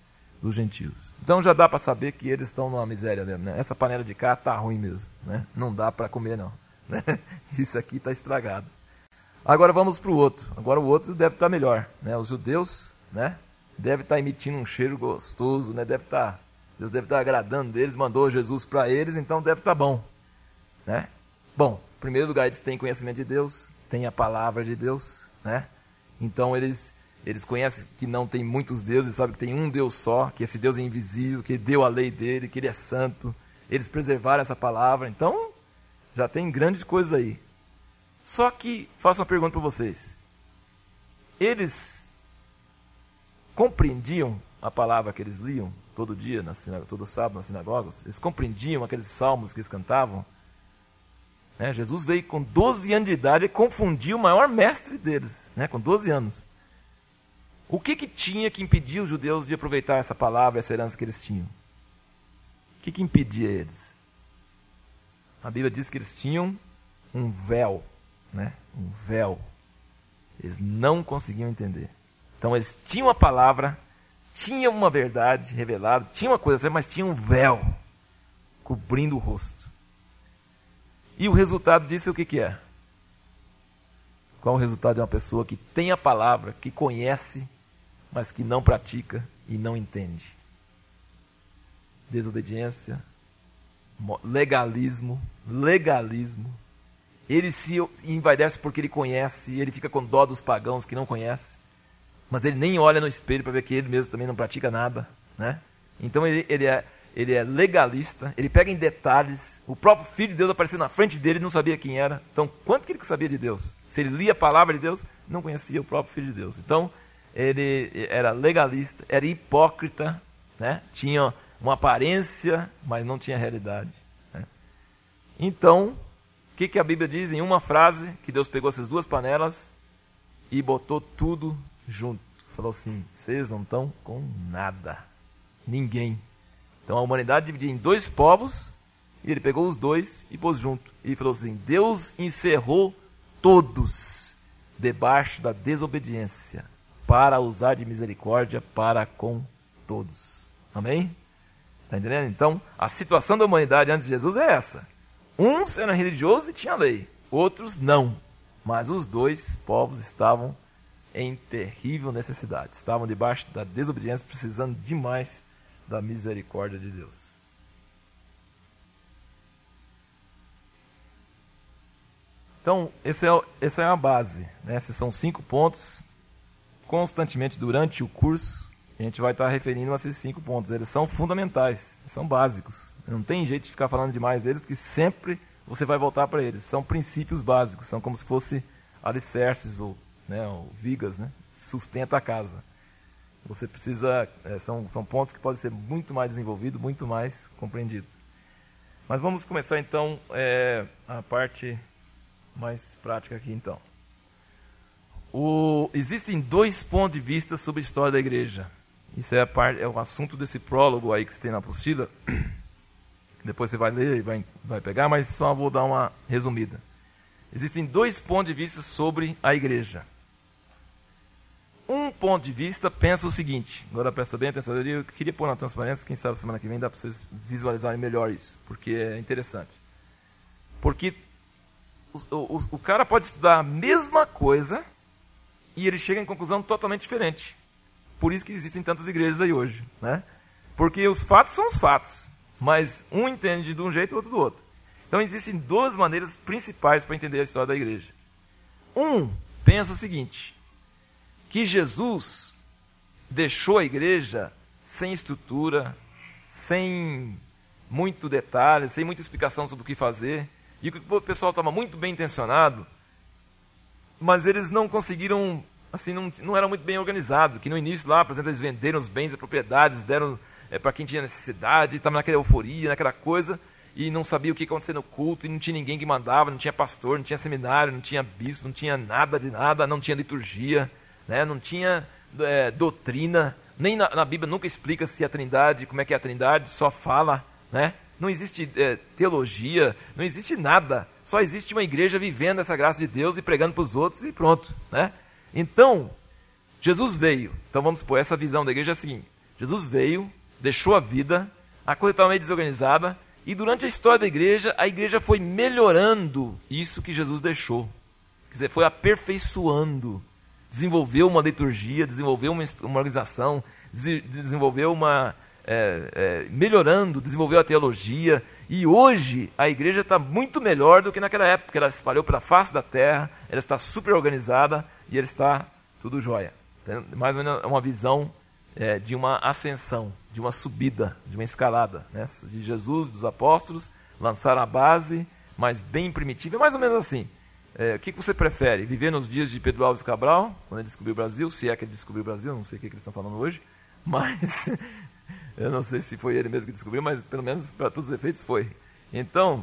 dos gentios. Então já dá para saber que eles estão numa miséria mesmo, né? Essa panela de cá está ruim mesmo, né? Não dá para comer não, né? Isso aqui está estragado. Agora vamos para o outro. Agora o outro deve estar melhor, né? Os judeus, né? Deve estar emitindo um cheiro gostoso, né? Deus deve estar agradando deles, mandou Jesus para eles, então deve estar bom, né? Bom, em primeiro lugar eles têm conhecimento de Deus, têm a palavra de Deus, né? Então eles conhecem que não tem muitos deuses, sabem que tem um Deus só, que esse Deus é invisível, que deu a lei dele, que ele é santo. Eles preservaram essa palavra, então já tem grandes coisas aí. Só que, faço uma pergunta para vocês. Eles compreendiam a palavra que eles liam todo dia, todo sábado nas sinagogas? Eles compreendiam aqueles salmos que eles cantavam? Né? Jesus veio com 12 anos de idade e confundiu o maior mestre deles, né? Com 12 anos. O que tinha que impedir os judeus de aproveitar essa palavra, essa herança que eles tinham? O que impedia eles? A Bíblia diz que eles tinham um véu, né? Um véu. Eles não conseguiam entender. Então eles tinham a palavra, tinham uma verdade revelada, tinham uma coisa certa, mas tinham um véu cobrindo o rosto. E o resultado disso o que é? Qual o resultado de uma pessoa que tem a palavra, que conhece, mas que não pratica e não entende? Desobediência, legalismo. Ele se envaidece porque ele conhece, ele fica com dó dos pagãos que não conhecem, mas ele nem olha no espelho para ver que ele mesmo também não pratica nada, né? Então ele é legalista, ele pega em detalhes. O próprio Filho de Deus apareceu na frente dele, não sabia quem era. Então, quanto que ele sabia de Deus? Se ele lia a palavra de Deus, não conhecia o próprio Filho de Deus. Então, ele era legalista, era hipócrita, né? Tinha uma aparência, mas não tinha realidade, né? Então, o que a Bíblia diz em uma frase? Que Deus pegou essas duas panelas e botou tudo junto. Falou assim: vocês não estão com nada. Ninguém. Então a humanidade dividia em dois povos, e ele pegou os dois e pôs junto. E falou assim: Deus encerrou todos debaixo da desobediência, para usar de misericórdia para com todos. Amém? Está entendendo? Então, a situação da humanidade antes de Jesus é essa. Uns eram religiosos e tinham lei, outros não. Mas os dois povos estavam em terrível necessidade. Estavam debaixo da desobediência, precisando demais da misericórdia de Deus. Então, essa é a base, né? Esses são 5 pontos. Constantemente, durante o curso, a gente vai estar referindo a esses 5 pontos. Eles são fundamentais, são básicos. Não tem jeito de ficar falando demais deles, porque sempre você vai voltar para eles. São princípios básicos, são como se fossem alicerces ou vigas, né? Sustenta a casa. Você precisa, são pontos que podem ser muito mais desenvolvidos, muito mais compreendidos. Mas vamos começar então a parte mais prática aqui então. Existem 2 pontos de vista sobre a história da igreja. Isso é o assunto desse prólogo aí que você tem na apostila. Depois você vai ler e vai pegar, mas só vou dar uma resumida. Existem 2 pontos de vista sobre a igreja. Um ponto de vista pensa o seguinte, agora presta bem atenção, eu queria pôr na transparência, quem sabe semana que vem dá para vocês visualizarem melhor isso, porque é interessante. Porque o cara pode estudar a mesma coisa e ele chega em conclusão totalmente diferente. Por isso que existem tantas igrejas aí hoje, né? Porque os fatos são os fatos, mas um entende de um jeito e o outro do outro. Então existem 2 maneiras principais para entender a história da igreja. Um pensa o seguinte: que Jesus deixou a igreja sem estrutura, sem muito detalhe, sem muita explicação sobre o que fazer, e que o pessoal estava muito bem intencionado, mas eles não conseguiram, assim, não era muito bem organizado, que no início lá, por exemplo, eles venderam os bens e propriedades, deram para quem tinha necessidade, estava naquela euforia, naquela coisa, e não sabia o que ia acontecer no culto, e não tinha ninguém que mandava, não tinha pastor, não tinha seminário, não tinha bispo, não tinha nada de nada, não tinha liturgia, né? Não tinha doutrina, nem na Bíblia nunca explica se a Trindade, como é que é a Trindade, só fala, né? Não existe teologia, não existe nada, só existe uma igreja vivendo essa graça de Deus e pregando para os outros e pronto, né? Então, Jesus veio, então vamos supor, essa visão da igreja é a seguinte: Jesus veio deixou a vida, a coisa estava meio desorganizada, e durante a história da igreja, a igreja foi melhorando isso que Jesus deixou. Quer dizer, foi aperfeiçoando, desenvolveu uma liturgia, desenvolveu uma organização, desenvolveu melhorando, desenvolveu a teologia, e hoje a igreja está muito melhor do que naquela época. Ela se espalhou pela face da terra, ela está super organizada e ela está tudo jóia. Mais ou menos uma visão de uma ascensão, de uma subida, de uma escalada, né? De Jesus, dos apóstolos, lançaram a base, mas bem primitiva, é mais ou menos assim. O que você prefere? Viver nos dias de Pedro Álvares Cabral, quando ele descobriu o Brasil, se é que ele descobriu o Brasil, não sei o que eles estão falando hoje, mas eu não sei se foi ele mesmo que descobriu, mas pelo menos para todos os efeitos foi. Então,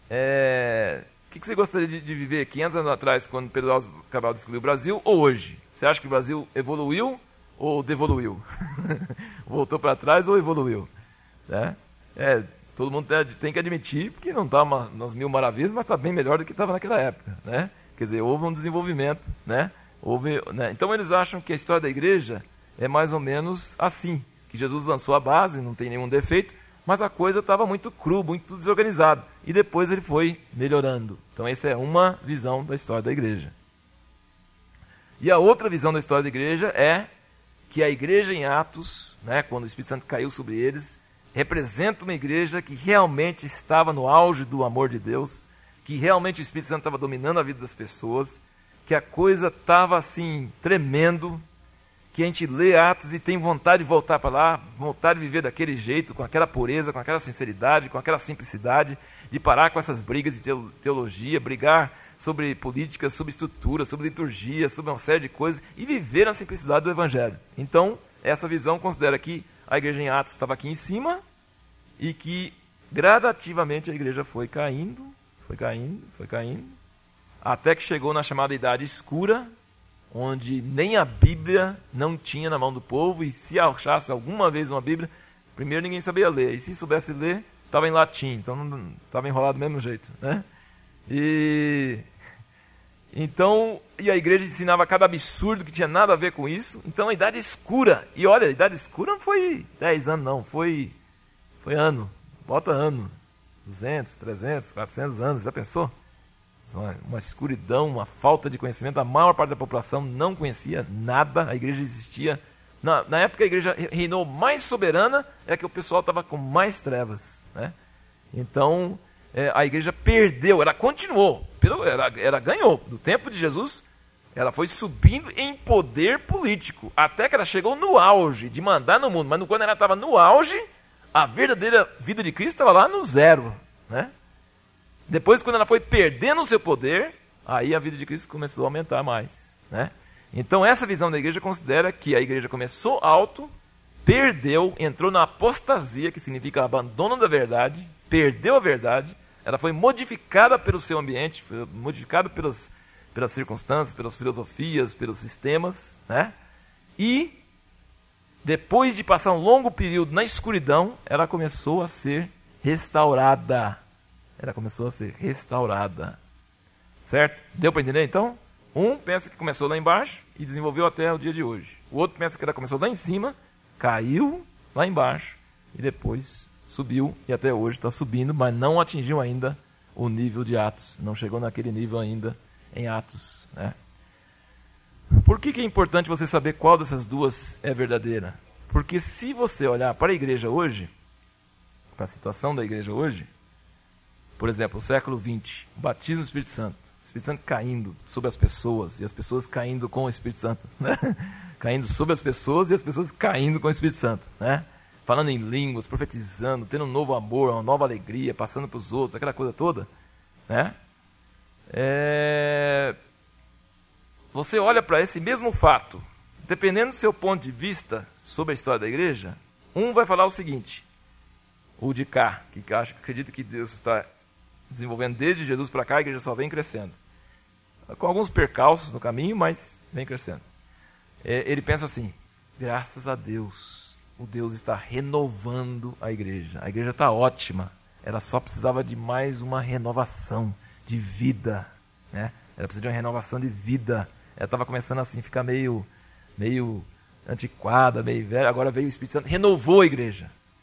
o que você gostaria de viver 500 anos atrás, quando Pedro Álvares Cabral descobriu o Brasil, ou hoje? Você acha que o Brasil evoluiu ou devoluiu? Voltou para trás ou evoluiu? Né? Todo mundo tem que admitir que não está nas mil maravilhas, mas está bem melhor do que estava naquela época. Né? Quer dizer, houve um desenvolvimento. Né? Então eles acham que a história da igreja é mais ou menos assim, que Jesus lançou a base, não tem nenhum defeito, mas a coisa estava muito cru, muito desorganizada. E depois ele foi melhorando. Então essa é uma visão da história da igreja. E a outra visão da história da igreja é que a igreja em Atos, né, quando o Espírito Santo caiu sobre eles, representa uma igreja que realmente estava no auge do amor de Deus, que realmente o Espírito Santo estava dominando a vida das pessoas, que a coisa estava assim, tremendo, que a gente lê Atos e tem vontade de voltar para lá, vontade de viver daquele jeito, com aquela pureza, com aquela sinceridade, com aquela simplicidade, de parar com essas brigas de teologia, brigar sobre política, sobre estrutura, sobre liturgia, sobre uma série de coisas, e viver na simplicidade do Evangelho. Então, essa visão considera que a igreja em Atos estava aqui em cima e que gradativamente a igreja foi caindo, até que chegou na chamada Idade Escura, onde nem a Bíblia não tinha na mão do povo, e se achasse alguma vez uma Bíblia, primeiro ninguém sabia ler, e se soubesse ler, estava em latim, então não estava enrolado do mesmo jeito. Né? E a igreja ensinava cada absurdo que tinha nada a ver com isso. Então a Idade Escura, e olha, a Idade Escura não foi 10 anos não, foi ano, bota ano, 200, 300, 400 anos, já pensou? Uma escuridão, uma falta de conhecimento, a maior parte da população não conhecia nada, a igreja existia. Na época a igreja reinou mais soberana, é que o pessoal estava com mais trevas. Né? Então a igreja perdeu, ela continuou, ela ganhou. Do tempo de Jesus, ela foi subindo em poder político, até que ela chegou no auge de mandar no mundo. Mas quando ela estava no auge, a verdadeira vida de Cristo estava lá no zero. Né? Depois, quando ela foi perdendo o seu poder, aí a vida de Cristo começou a aumentar mais. Né? Então, essa visão da igreja considera que a igreja começou alto, perdeu, entrou na apostasia, que significa abandono da verdade, perdeu a verdade, ela foi modificada pelo seu ambiente, foi modificada pelas circunstâncias, pelas filosofias, pelos sistemas, né? E, depois de passar um longo período na escuridão, ela começou a ser restaurada. Certo? Deu para entender então? Um pensa que começou lá embaixo e desenvolveu até o dia de hoje. O outro pensa que ela começou lá em cima, caiu lá embaixo e depois subiu e até hoje está subindo, mas não atingiu ainda o nível de Atos. Não chegou naquele nível ainda em Atos. Né? Por que é importante você saber qual dessas duas é verdadeira? Porque se você olhar para a igreja hoje, para a situação da igreja hoje, por exemplo, o século XX, o batismo do Espírito Santo caindo sobre as pessoas, e as pessoas caindo com o Espírito Santo, né? Caindo sobre as pessoas e as pessoas caindo com o Espírito Santo, né? Falando em línguas, profetizando, tendo um novo amor, uma nova alegria, passando para os outros, aquela coisa toda, né? Você olha para esse mesmo fato, dependendo do seu ponto de vista sobre a história da igreja, um vai falar o seguinte, o de cá, que acredita que Deus está desenvolvendo desde Jesus para cá, a igreja só vem crescendo. Com alguns percalços no caminho, mas vem crescendo. Ele pensa assim, graças a Deus, o Deus está renovando a igreja está ótima, ela só precisava de mais uma renovação de vida. Né? Ela precisa de uma renovação de vida. Ela estava começando assim, ficar meio antiquada, meio velha, agora veio o Espírito Santo, renovou a igreja.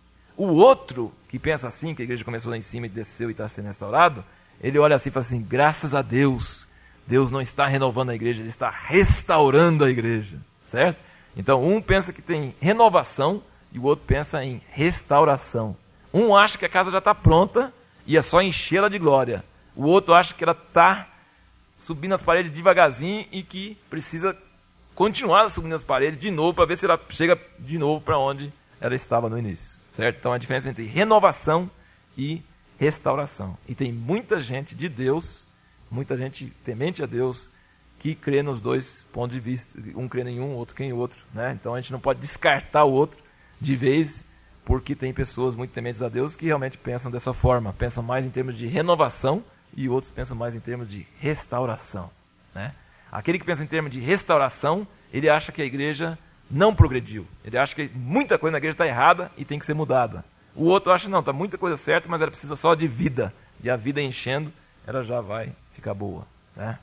O outro, que pensa assim, que a igreja começou lá em cima e desceu e está sendo restaurado, ele olha assim e fala assim, graças a Deus, Deus não está renovando a igreja, Ele está restaurando a igreja, certo? Então, um pensa que tem renovação e o outro pensa em restauração. Um acha que a casa já está pronta e é só enchê-la de glória. O outro acha que ela está subindo as paredes devagarzinho e que precisa continuar subindo as paredes de novo para ver se ela chega de novo para onde ela estava no início, certo? Então, a diferença entre renovação e restauração. E tem muita gente de Deus, muita gente temente a Deus, que crê nos dois pontos de vista. Um crê em um, outro crê em outro, né? Então, a gente não pode descartar o outro de vez, porque tem pessoas muito tementes a Deus que realmente pensam dessa forma, pensam mais em termos de renovação e outros pensam mais em termos de restauração, né? Aquele que pensa em termos de restauração, ele acha que a igreja não progrediu, ele acha que muita coisa na igreja está errada e tem que ser mudada. O outro acha, não, está muita coisa certa, mas ela precisa só de vida, e a vida enchendo, ela já vai ficar boa, né?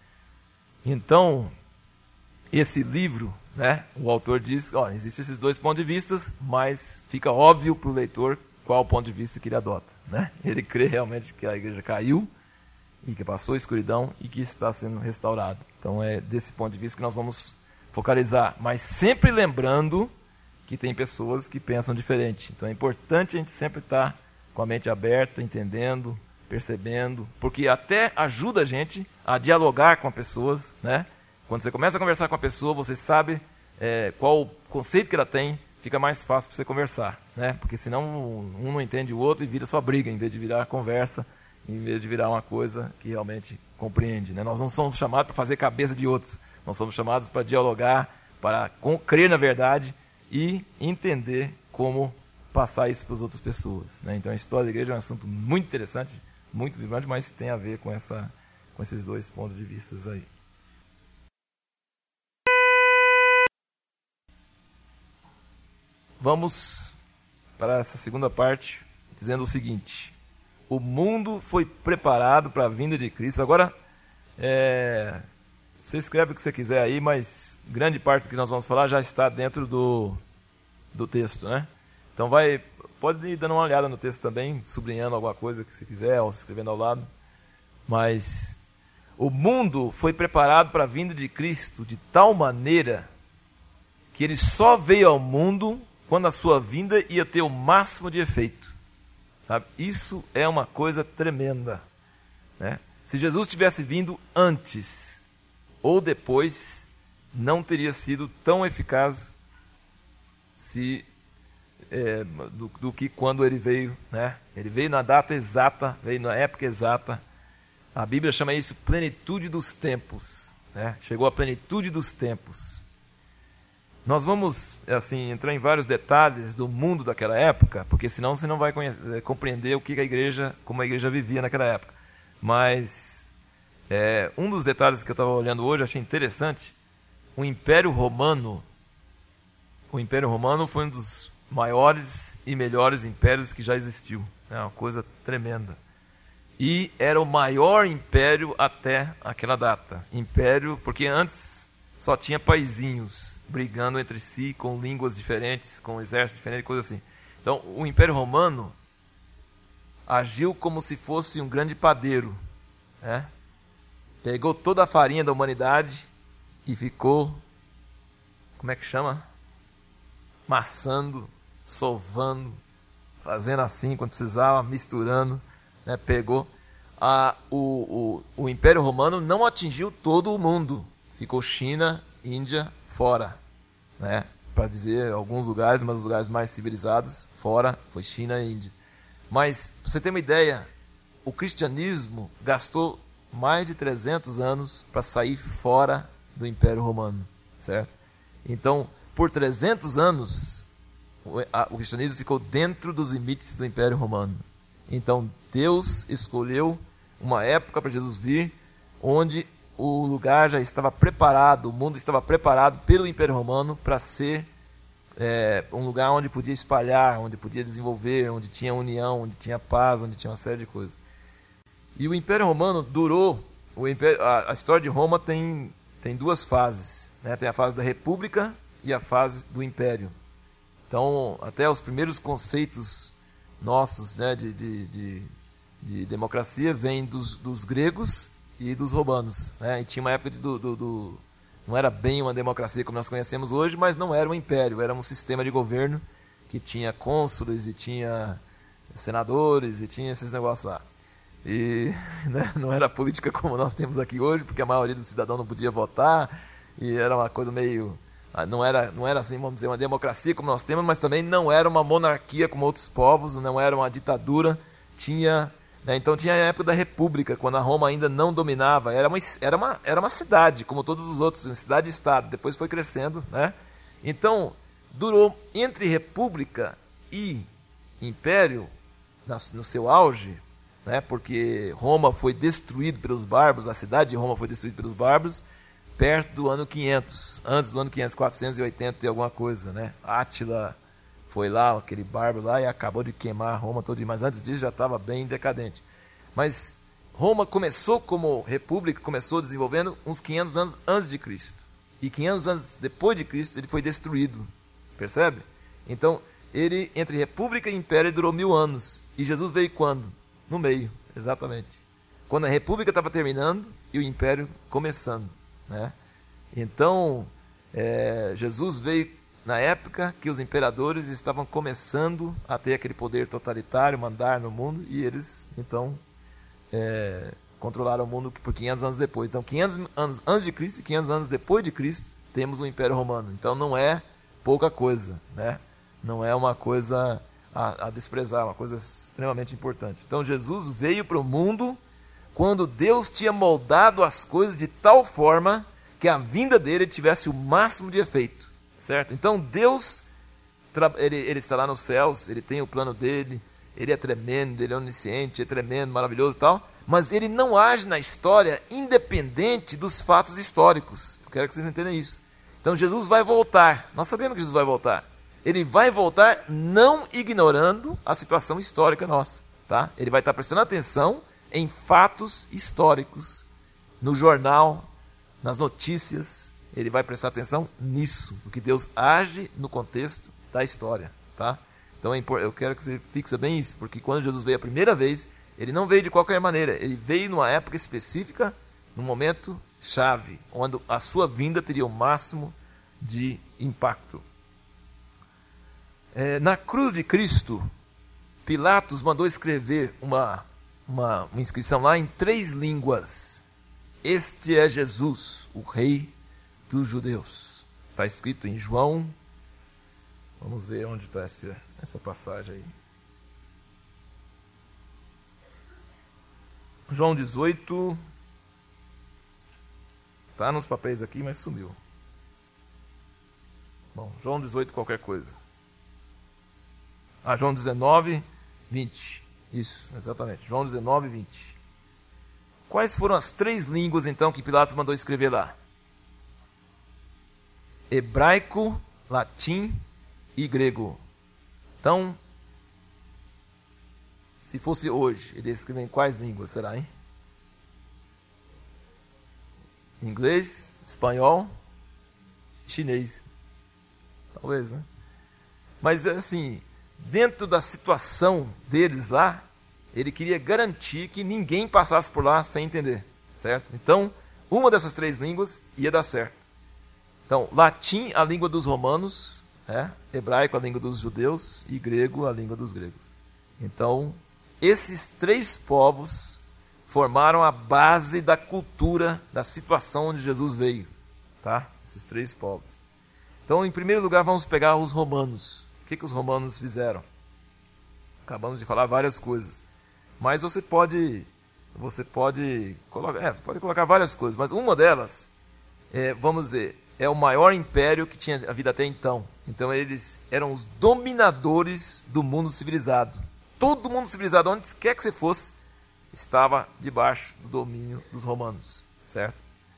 Então, esse livro, né, o autor diz, ó, existem esses dois pontos de vista, mas fica óbvio para o leitor qual o ponto de vista que ele adota, né? Ele crê realmente que a igreja caiu, e que passou a escuridão e que está sendo restaurado. Então é desse ponto de vista que nós vamos focalizar, mas sempre lembrando que tem pessoas que pensam diferente. Então é importante a gente sempre estar com a mente aberta, entendendo, percebendo, porque até ajuda a gente a dialogar com as pessoas, né? Quando você começa a conversar com a pessoa, você sabe qual o conceito que ela tem, fica mais fácil para você conversar, né? Porque senão um não entende o outro e vira só briga, em vez de virar conversa, em vez de virar uma coisa que realmente compreende, né? Nós não somos chamados para fazer cabeça de outros, nós somos chamados para dialogar, para crer na verdade e entender como passar isso para as outras pessoas, né? Então a história da igreja é um assunto muito interessante, muito vibrante, mas tem a ver com esses dois pontos de vista aí. Vamos para essa segunda parte, dizendo o seguinte: o mundo foi preparado para a vinda de Cristo. Agora, você escreve o que você quiser aí, mas grande parte do que nós vamos falar já está dentro do texto, né? Então pode ir dando uma olhada no texto também, sublinhando alguma coisa que você quiser, ou escrevendo ao lado. Mas o mundo foi preparado para a vinda de Cristo de tal maneira que ele só veio ao mundo quando a sua vinda ia ter o máximo de efeito. Sabe? Isso é uma coisa tremenda, né? Se Jesus tivesse vindo antes ou depois, não teria sido tão eficaz do que quando ele veio, né? Ele veio na data exata, veio na época exata. A Bíblia chama isso plenitude dos tempos, né? Chegou a plenitude dos tempos. Nós vamos assim entrar em vários detalhes do mundo daquela época, porque senão você não vai compreender como a igreja vivia naquela época. Mas um dos detalhes que eu estava olhando hoje, achei interessante. O Império Romano foi um dos maiores e melhores impérios que já existiu. É uma coisa tremenda. E era o maior império até aquela data. Império, porque antes só tinha paizinhos brigando entre si, com línguas diferentes, com exércitos diferentes, coisa assim. Então, o Império Romano agiu como se fosse um grande padeiro, né? Pegou toda a farinha da humanidade e ficou, como é que chama? Maçando, sovando, fazendo assim quando precisava, misturando, né? Pegou. O Império Romano não atingiu todo o mundo. Ficou China, Índia, fora, né? Para dizer alguns lugares, mas os lugares mais civilizados, fora, foi China e Índia. Mas, para você ter uma ideia, o cristianismo gastou mais de 300 anos para sair fora do Império Romano, certo? Então, por 300 anos, o cristianismo ficou dentro dos limites do Império Romano. Então, Deus escolheu uma época para Jesus vir, onde o lugar já estava preparado, o mundo estava preparado pelo Império Romano para ser um lugar onde podia espalhar, onde podia desenvolver, onde tinha união, onde tinha paz, onde tinha uma série de coisas. E o Império Romano durou, a história de Roma tem duas fases, né? Tem a fase da República e a fase do Império. Então, até os primeiros conceitos nossos, né, de democracia vêm dos gregos e dos romanos, né? E tinha uma época não era bem uma democracia como nós conhecemos hoje, mas não era um império, era um sistema de governo que tinha cônsules e tinha senadores e tinha esses negócios lá. E né, não era política como nós temos aqui hoje, porque a maioria dos cidadãos não podia votar, e era uma coisa meio... Não era assim, vamos dizer, uma democracia como nós temos, mas também não era uma monarquia como outros povos, não era uma ditadura. Então tinha a época da República, quando a Roma ainda não dominava. Era uma cidade, como todos os outros, uma cidade-estado. Depois foi crescendo, né? Então, durou entre República e Império, no seu auge, né? Porque Roma foi destruída pelos bárbaros, a cidade de Roma foi destruída pelos bárbaros, perto do ano 500, antes do ano 500, 480 e alguma coisa, né? Átila foi lá, aquele bárbaro lá, e acabou de queimar Roma todo dia, mas antes disso já estava bem decadente. Mas Roma começou como república, começou desenvolvendo uns 500 anos antes de Cristo. E 500 anos depois de Cristo ele foi destruído, percebe? Então, ele, entre república e império, durou 1000 anos. E Jesus veio quando? No meio, exatamente. Quando a república estava terminando e o império começando, né? Então, Jesus veio na época que os imperadores estavam começando a ter aquele poder totalitário, mandar no mundo, e eles, então, controlaram o mundo por 500 anos depois. Então, 500 anos antes de Cristo e 500 anos depois de Cristo, temos o Império Romano. Então, não é pouca coisa, né? Não é uma coisa a desprezar, uma coisa extremamente importante. Então, Jesus veio para o mundo quando Deus tinha moldado as coisas de tal forma que a vinda dele tivesse o máximo de efeito, certo? Então Deus, ele está lá nos céus, ele tem o plano dele, ele é tremendo, ele é onisciente, é tremendo, maravilhoso e tal, mas ele não age na história independente dos fatos históricos. Eu quero que vocês entendam isso. Então Jesus vai voltar, nós sabemos que Jesus vai voltar. Ele vai voltar não ignorando a situação histórica nossa, tá? Ele vai estar prestando atenção em fatos históricos, no jornal, nas notícias. Ele vai prestar atenção nisso, porque Deus age no contexto da história, tá? Então eu quero que você fixe bem isso, porque quando Jesus veio a primeira vez, ele não veio de qualquer maneira, ele veio numa época específica, num momento chave, onde a sua vinda teria o máximo de impacto. Na cruz de Cristo, Pilatos mandou escrever uma inscrição lá em 3 línguas. Este é Jesus, o Rei dos Judeus. Está escrito em João. Vamos ver onde está essa passagem aí. João 18. Está nos papéis aqui, mas sumiu. Bom, João 18 qualquer coisa. João 19, 20. Isso, exatamente. João 19, 20. Quais foram as 3 línguas, então, que Pilatos mandou escrever lá? Hebraico, latim e grego. Então, se fosse hoje, ele ia escrever em quais línguas, será, hein? Inglês, espanhol, chinês. Talvez, né? Mas, assim, dentro da situação deles lá, ele queria garantir que ninguém passasse por lá sem entender, certo? Então, uma dessas 3 línguas ia dar certo. Então, latim, a língua dos romanos, hebraico, a língua dos judeus, e grego, a língua dos gregos. Então, esses 3 povos formaram a base da cultura, da situação onde Jesus veio, tá? Esses 3 povos. Então, em primeiro lugar, vamos pegar os romanos. O que os romanos fizeram? Acabamos de falar várias coisas. Mas você pode colocar várias coisas. Mas uma delas, vamos dizer, é o maior império que tinha havido até então. Então eles eram os dominadores do mundo civilizado. Todo mundo civilizado, onde quer que você fosse, estava debaixo do domínio dos romanos, certo?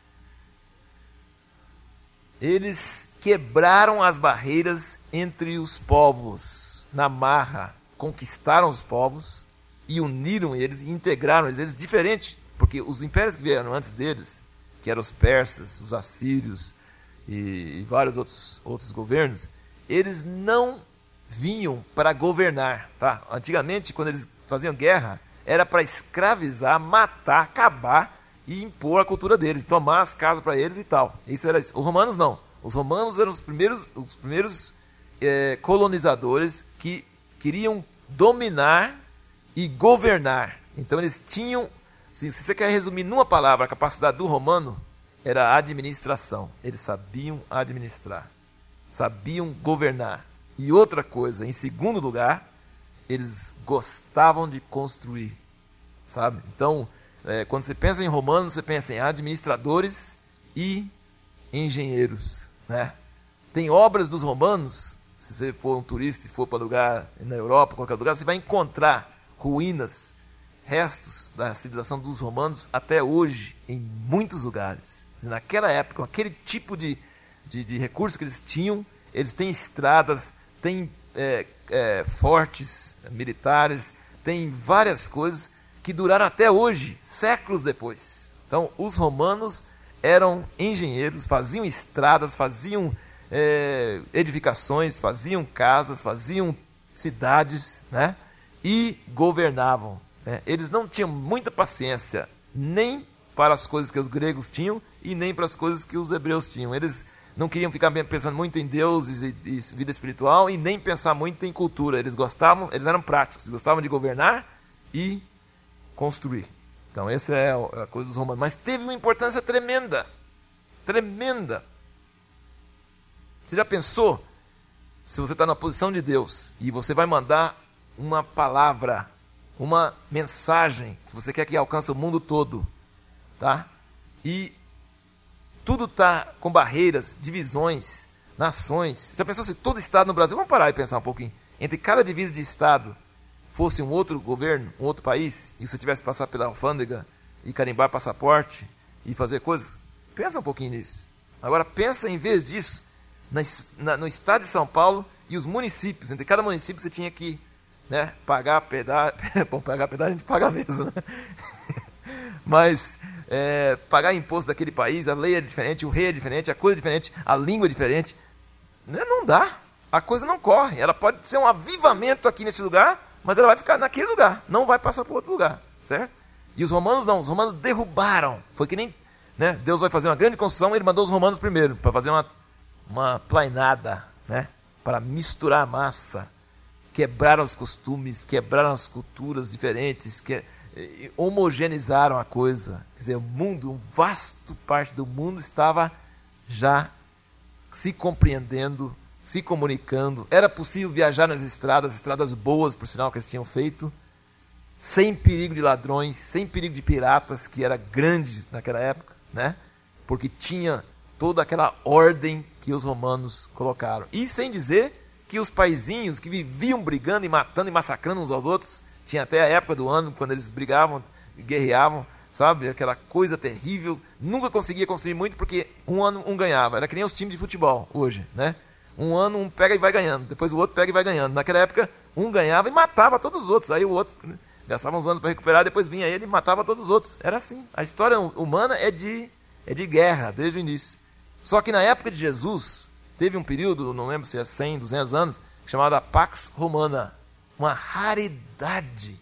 Eles quebraram as barreiras entre os povos na marra, conquistaram os povos e uniram eles e integraram eles diferente, porque os impérios que vieram antes deles, que eram os persas, os assírios e vários outros governos, eles não vinham para governar. Tá? Antigamente, quando eles faziam guerra, era para escravizar, matar, acabar e impor a cultura deles, tomar as casas para eles e tal. Isso era isso. Os romanos não. Os romanos eram os primeiros colonizadores que queriam dominar e governar. Então eles tinham, se você quer resumir numa palavra, a capacidade do romano era a administração. Eles sabiam administrar, sabiam governar. E outra coisa, em segundo lugar, eles gostavam de construir, sabe? Então, quando você pensa em romanos, você pensa em administradores e engenheiros, né? Tem obras dos romanos, se você for um turista e for para lugar na Europa, qualquer lugar, você vai encontrar ruínas, restos da civilização dos romanos até hoje, em muitos lugares. Naquela época, aquele tipo de recurso que eles tinham, eles têm estradas, têm fortes militares, têm várias coisas que duraram até hoje, séculos depois. Então, os romanos eram engenheiros, faziam estradas, faziam edificações, faziam casas, faziam cidades, né? E governavam. Né? Eles não tinham muita paciência, nem para as coisas que os gregos tinham e nem para as coisas que os hebreus tinham. Eles não queriam ficar pensando muito em deuses e vida espiritual e nem pensar muito em cultura. Eles eram práticos, gostavam de governar e construir. Então essa é a coisa dos romanos. Mas teve uma importância tremenda. Tremenda. Você já pensou, se você está na posição de Deus e você vai mandar uma palavra, uma mensagem que você quer que alcance o mundo todo, tá? E tudo está com barreiras, divisões, nações. Você já pensou se todo estado no Brasil, vamos parar e pensar um pouquinho, entre cada divisa de estado fosse um outro governo, um outro país, e você tivesse que passar pela alfândega e carimbar passaporte e fazer coisas? Pensa um pouquinho nisso. Agora pensa, em vez disso, no estado de São Paulo e os municípios. Entre cada município você tinha que, né, pagar pedágio. Bom, pagar pedágio a gente paga mesmo, né? Mas pagar imposto daquele país, a lei é diferente, o rei é diferente, a coisa é diferente, a língua é diferente. Não dá. A coisa não corre. Ela pode ser um avivamento aqui nesse lugar, mas ela vai ficar naquele lugar, não vai passar para outro lugar, certo? E os romanos não, os romanos derrubaram. Foi que nem, né, Deus vai fazer uma grande construção, ele mandou os romanos primeiro, para fazer uma plainada, né, para misturar a massa, quebraram os costumes, quebraram as culturas diferentes, homogeneizaram a coisa. Quer dizer, o mundo, vasto parte do mundo estava já se compreendendo, se comunicando. Era possível viajar nas estradas boas, por sinal, que eles tinham feito, sem perigo de ladrões, sem perigo de piratas, que era grande naquela época, né? Porque tinha toda aquela ordem que os romanos colocaram. E sem dizer que os paizinhos que viviam brigando e matando e massacrando uns aos outros, tinha até a época do ano, quando eles brigavam, guerreavam, sabe? Aquela coisa terrível. Nunca conseguia construir muito, porque um ano um ganhava. Era que nem os times de futebol hoje, né? Um ano um pega e vai ganhando, depois o outro pega e vai ganhando. Naquela época, um ganhava e matava todos os outros. Aí o outro gastava uns anos para recuperar, depois vinha ele e matava todos os outros. Era assim. A história humana é de guerra, desde o início. Só que na época de Jesus, teve um período, não lembro se é 100, 200 anos, chamado Pax Romana. Uma raridade.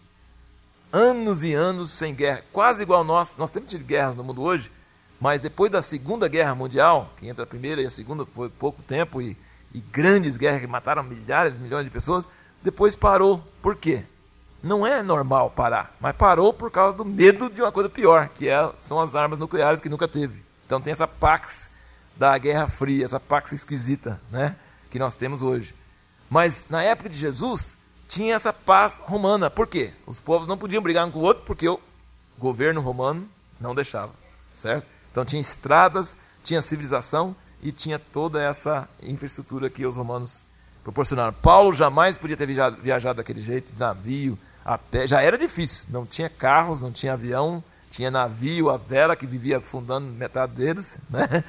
Anos e anos sem guerra. Quase igual nós. Nós temos tido guerras no mundo hoje, mas depois da Segunda Guerra Mundial, que entre a primeira e a segunda foi pouco tempo, e grandes guerras que mataram milhares, milhões de pessoas, depois parou. Por quê? Não é normal parar, mas parou por causa do medo de uma coisa pior, que são as armas nucleares que nunca teve. Então tem essa Pax da Guerra Fria, essa Pax esquisita, né, que nós temos hoje. Mas na época de Jesus, tinha essa paz romana. Por quê? Os povos não podiam brigar um com o outro, porque o governo romano não deixava, certo? Então tinha estradas, tinha civilização e tinha toda essa infraestrutura que os romanos proporcionaram. Paulo jamais podia ter viajado daquele jeito, de navio, a pé. Já era difícil, não tinha carros, não tinha avião, tinha navio, a vela que vivia afundando metade deles, né?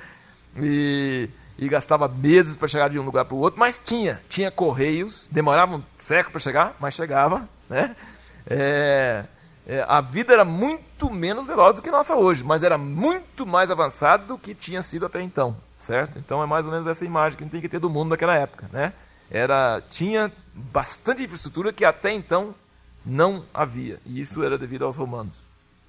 E gastava meses para chegar de um lugar para o outro, mas tinha correios, demorava um século para chegar, mas chegava, né? A vida era muito menos veloz do que a nossa hoje, mas era muito mais avançada do que tinha sido até então, certo? Então é mais ou menos essa imagem que a gente tem que ter do mundo daquela época, né? tinha bastante infraestrutura que até então não havia. E isso era devido aos romanos.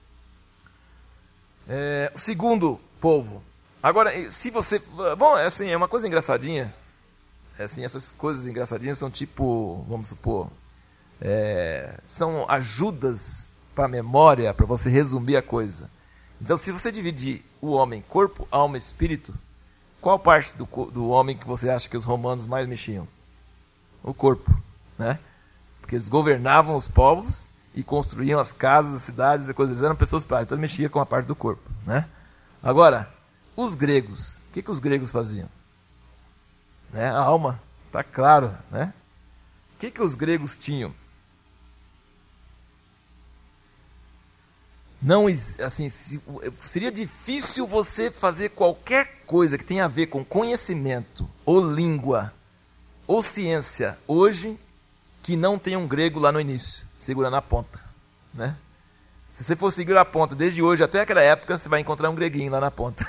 O segundo povo. Agora, se você... Bom, assim, é uma coisa engraçadinha. Assim, essas coisas engraçadinhas são tipo, vamos supor, são ajudas para a memória, para você resumir a coisa. Então, se você dividir o homem corpo, alma e espírito, qual parte do homem que você acha que os romanos mais mexiam? O corpo, né? Porque eles governavam os povos e construíam as casas, as cidades e coisas, eram pessoas práticas, então mexia com a parte do corpo, né? Agora, os gregos, o que os gregos faziam? Né? A alma, está claro, né? O que os gregos tinham? Não, assim, seria difícil você fazer qualquer coisa que tenha a ver com conhecimento, ou língua, ou ciência, hoje, que não tenha um grego lá no início, segurando a ponta, né? Se você for segurar a ponta desde hoje até aquela época, você vai encontrar um greguinho lá na ponta.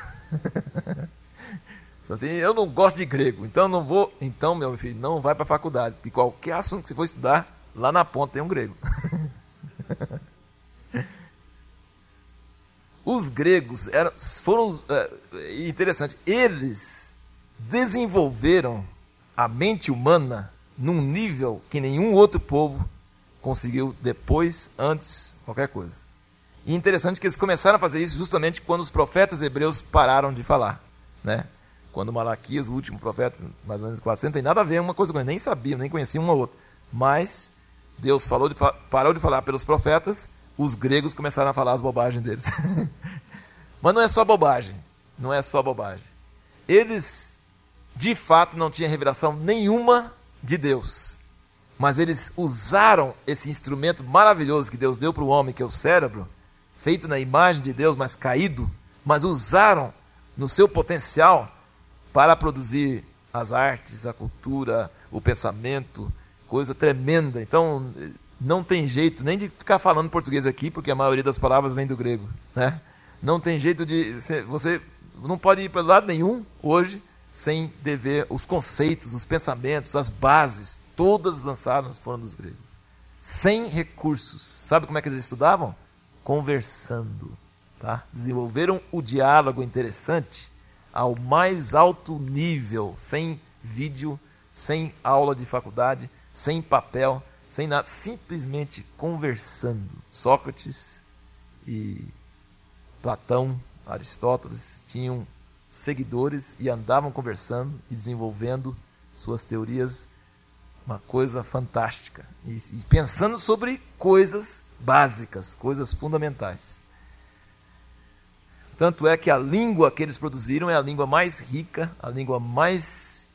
Assim, eu não gosto de grego, então não vou. Então, meu filho, não vai para a faculdade, porque qualquer assunto que você for estudar, lá na ponta tem um grego. Os gregos foram interessante, eles desenvolveram a mente humana num nível que nenhum outro povo conseguiu depois, antes, qualquer coisa. E interessante que eles começaram a fazer isso justamente quando os profetas hebreus pararam de falar, né? Quando Malaquias, o último profeta, mais ou menos 400, não tem nada a ver uma coisa com ele, nem sabiam, nem conheciam um ou outro. Mas Deus parou de falar pelos profetas, os gregos começaram a falar as bobagens deles. Mas não é só bobagem, não é só bobagem. Eles, de fato, não tinham revelação nenhuma de Deus. Mas eles usaram esse instrumento maravilhoso que Deus deu para o homem, que é o cérebro, feito na imagem de Deus, mas caído, mas usaram no seu potencial para produzir as artes, a cultura, o pensamento, coisa tremenda. Então, não tem jeito nem de ficar falando português aqui, porque a maioria das palavras vem do grego, né? Não tem jeito de... Você não pode ir para lado nenhum hoje sem dever os conceitos, os pensamentos, as bases, todas lançadas foram dos gregos. Sem recursos. Sabe como é que eles estudavam? Conversando. Tá? Desenvolveram o diálogo interessante ao mais alto nível, sem vídeo, sem aula de faculdade, sem papel, sem nada, simplesmente conversando. Sócrates e Platão, Aristóteles tinham seguidores e andavam conversando e desenvolvendo suas teorias, uma coisa fantástica, e pensando sobre coisas básicas, coisas fundamentais. Tanto é que a língua que eles produziram é a língua mais rica, a língua mais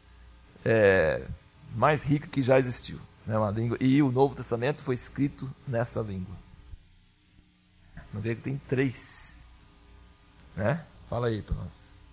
rica que já existiu. Né? Uma língua, e o Novo Testamento foi escrito nessa língua. No grego tem 3. Né? Fala aí para nós.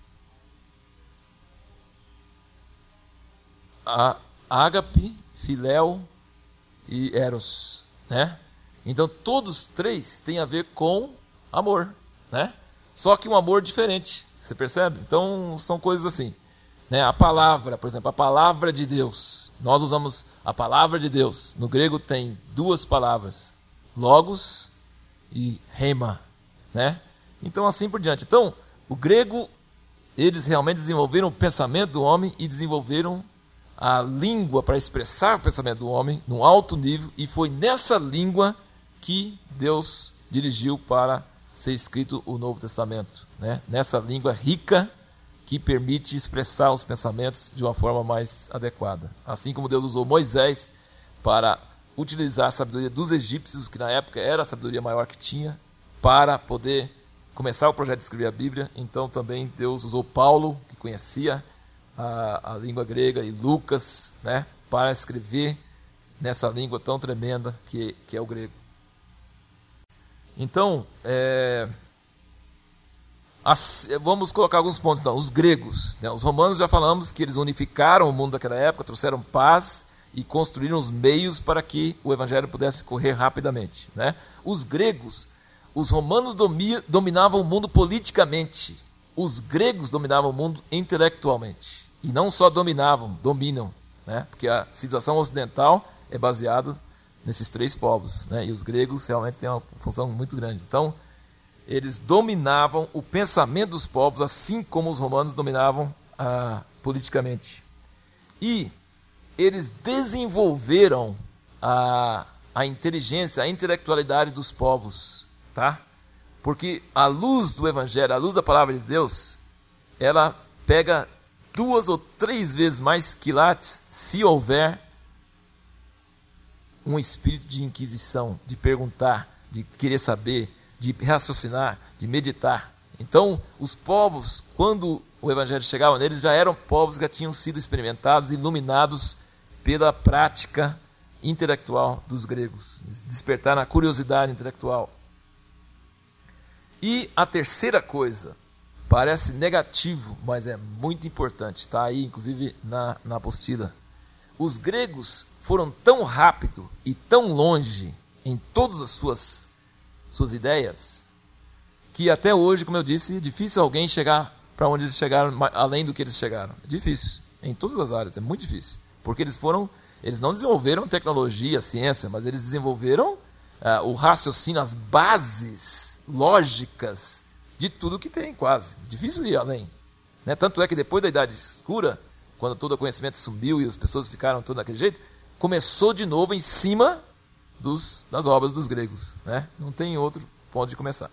Ágape, Filéu e Eros, né? Então todos 3 têm a ver com amor, né? Só que um amor diferente, você percebe? Então são coisas assim, né? A palavra, por exemplo, a palavra de Deus. Nós usamos a palavra de Deus. No grego tem 2 palavras, logos e rema, né? Então assim por diante. Então o grego, eles realmente desenvolveram o pensamento do homem e desenvolveram a língua para expressar o pensamento do homem num alto nível, e foi nessa língua que Deus dirigiu para ser escrito o Novo Testamento, né? Nessa língua rica que permite expressar os pensamentos de uma forma mais adequada. Assim como Deus usou Moisés para utilizar a sabedoria dos egípcios, que na época era a sabedoria maior que tinha, para poder começar o projeto de escrever a Bíblia, então também Deus usou Paulo, que conhecia a língua grega, e Lucas, né, para escrever nessa língua tão tremenda que é o grego. Então, vamos colocar alguns pontos. Então, os gregos, né, os romanos já falamos que eles unificaram o mundo daquela época, trouxeram paz e construíram os meios para que o evangelho pudesse correr rapidamente, né? Os gregos, os romanos dominavam o mundo politicamente, os gregos dominavam o mundo intelectualmente. E não só dominam, né? Porque a civilização ocidental é baseada nesses 3 povos, né? E os gregos realmente têm uma função muito grande. Então, eles dominavam o pensamento dos povos, assim como os romanos dominavam politicamente. E eles desenvolveram a inteligência, a intelectualidade dos povos, tá? Porque a luz do Evangelho, a luz da palavra de Deus, ela pega 2 ou 3 vezes mais quilates se houver um espírito de inquisição, de perguntar, de querer saber, de raciocinar, de meditar. Então, os povos, quando o Evangelho chegava neles, já eram povos que já tinham sido experimentados, iluminados pela prática intelectual dos gregos. Eles despertaram a curiosidade intelectual. E a terceira coisa, parece negativo, mas é muito importante, está aí inclusive na apostila. Os gregos foram tão rápido e tão longe em todas as suas ideias, que até hoje, como eu disse, é difícil alguém chegar para onde eles chegaram, além do que eles chegaram. É difícil, em todas as áreas, é muito difícil. Porque eles não desenvolveram tecnologia, ciência, mas eles desenvolveram o raciocínio, as bases lógicas de tudo que tem, quase. Difícil ir além. Né? Tanto é que depois da Idade Escura, quando todo o conhecimento sumiu e as pessoas ficaram tudo daquele jeito, começou de novo em cima das obras dos gregos. Né? Não tem outro ponto de começar.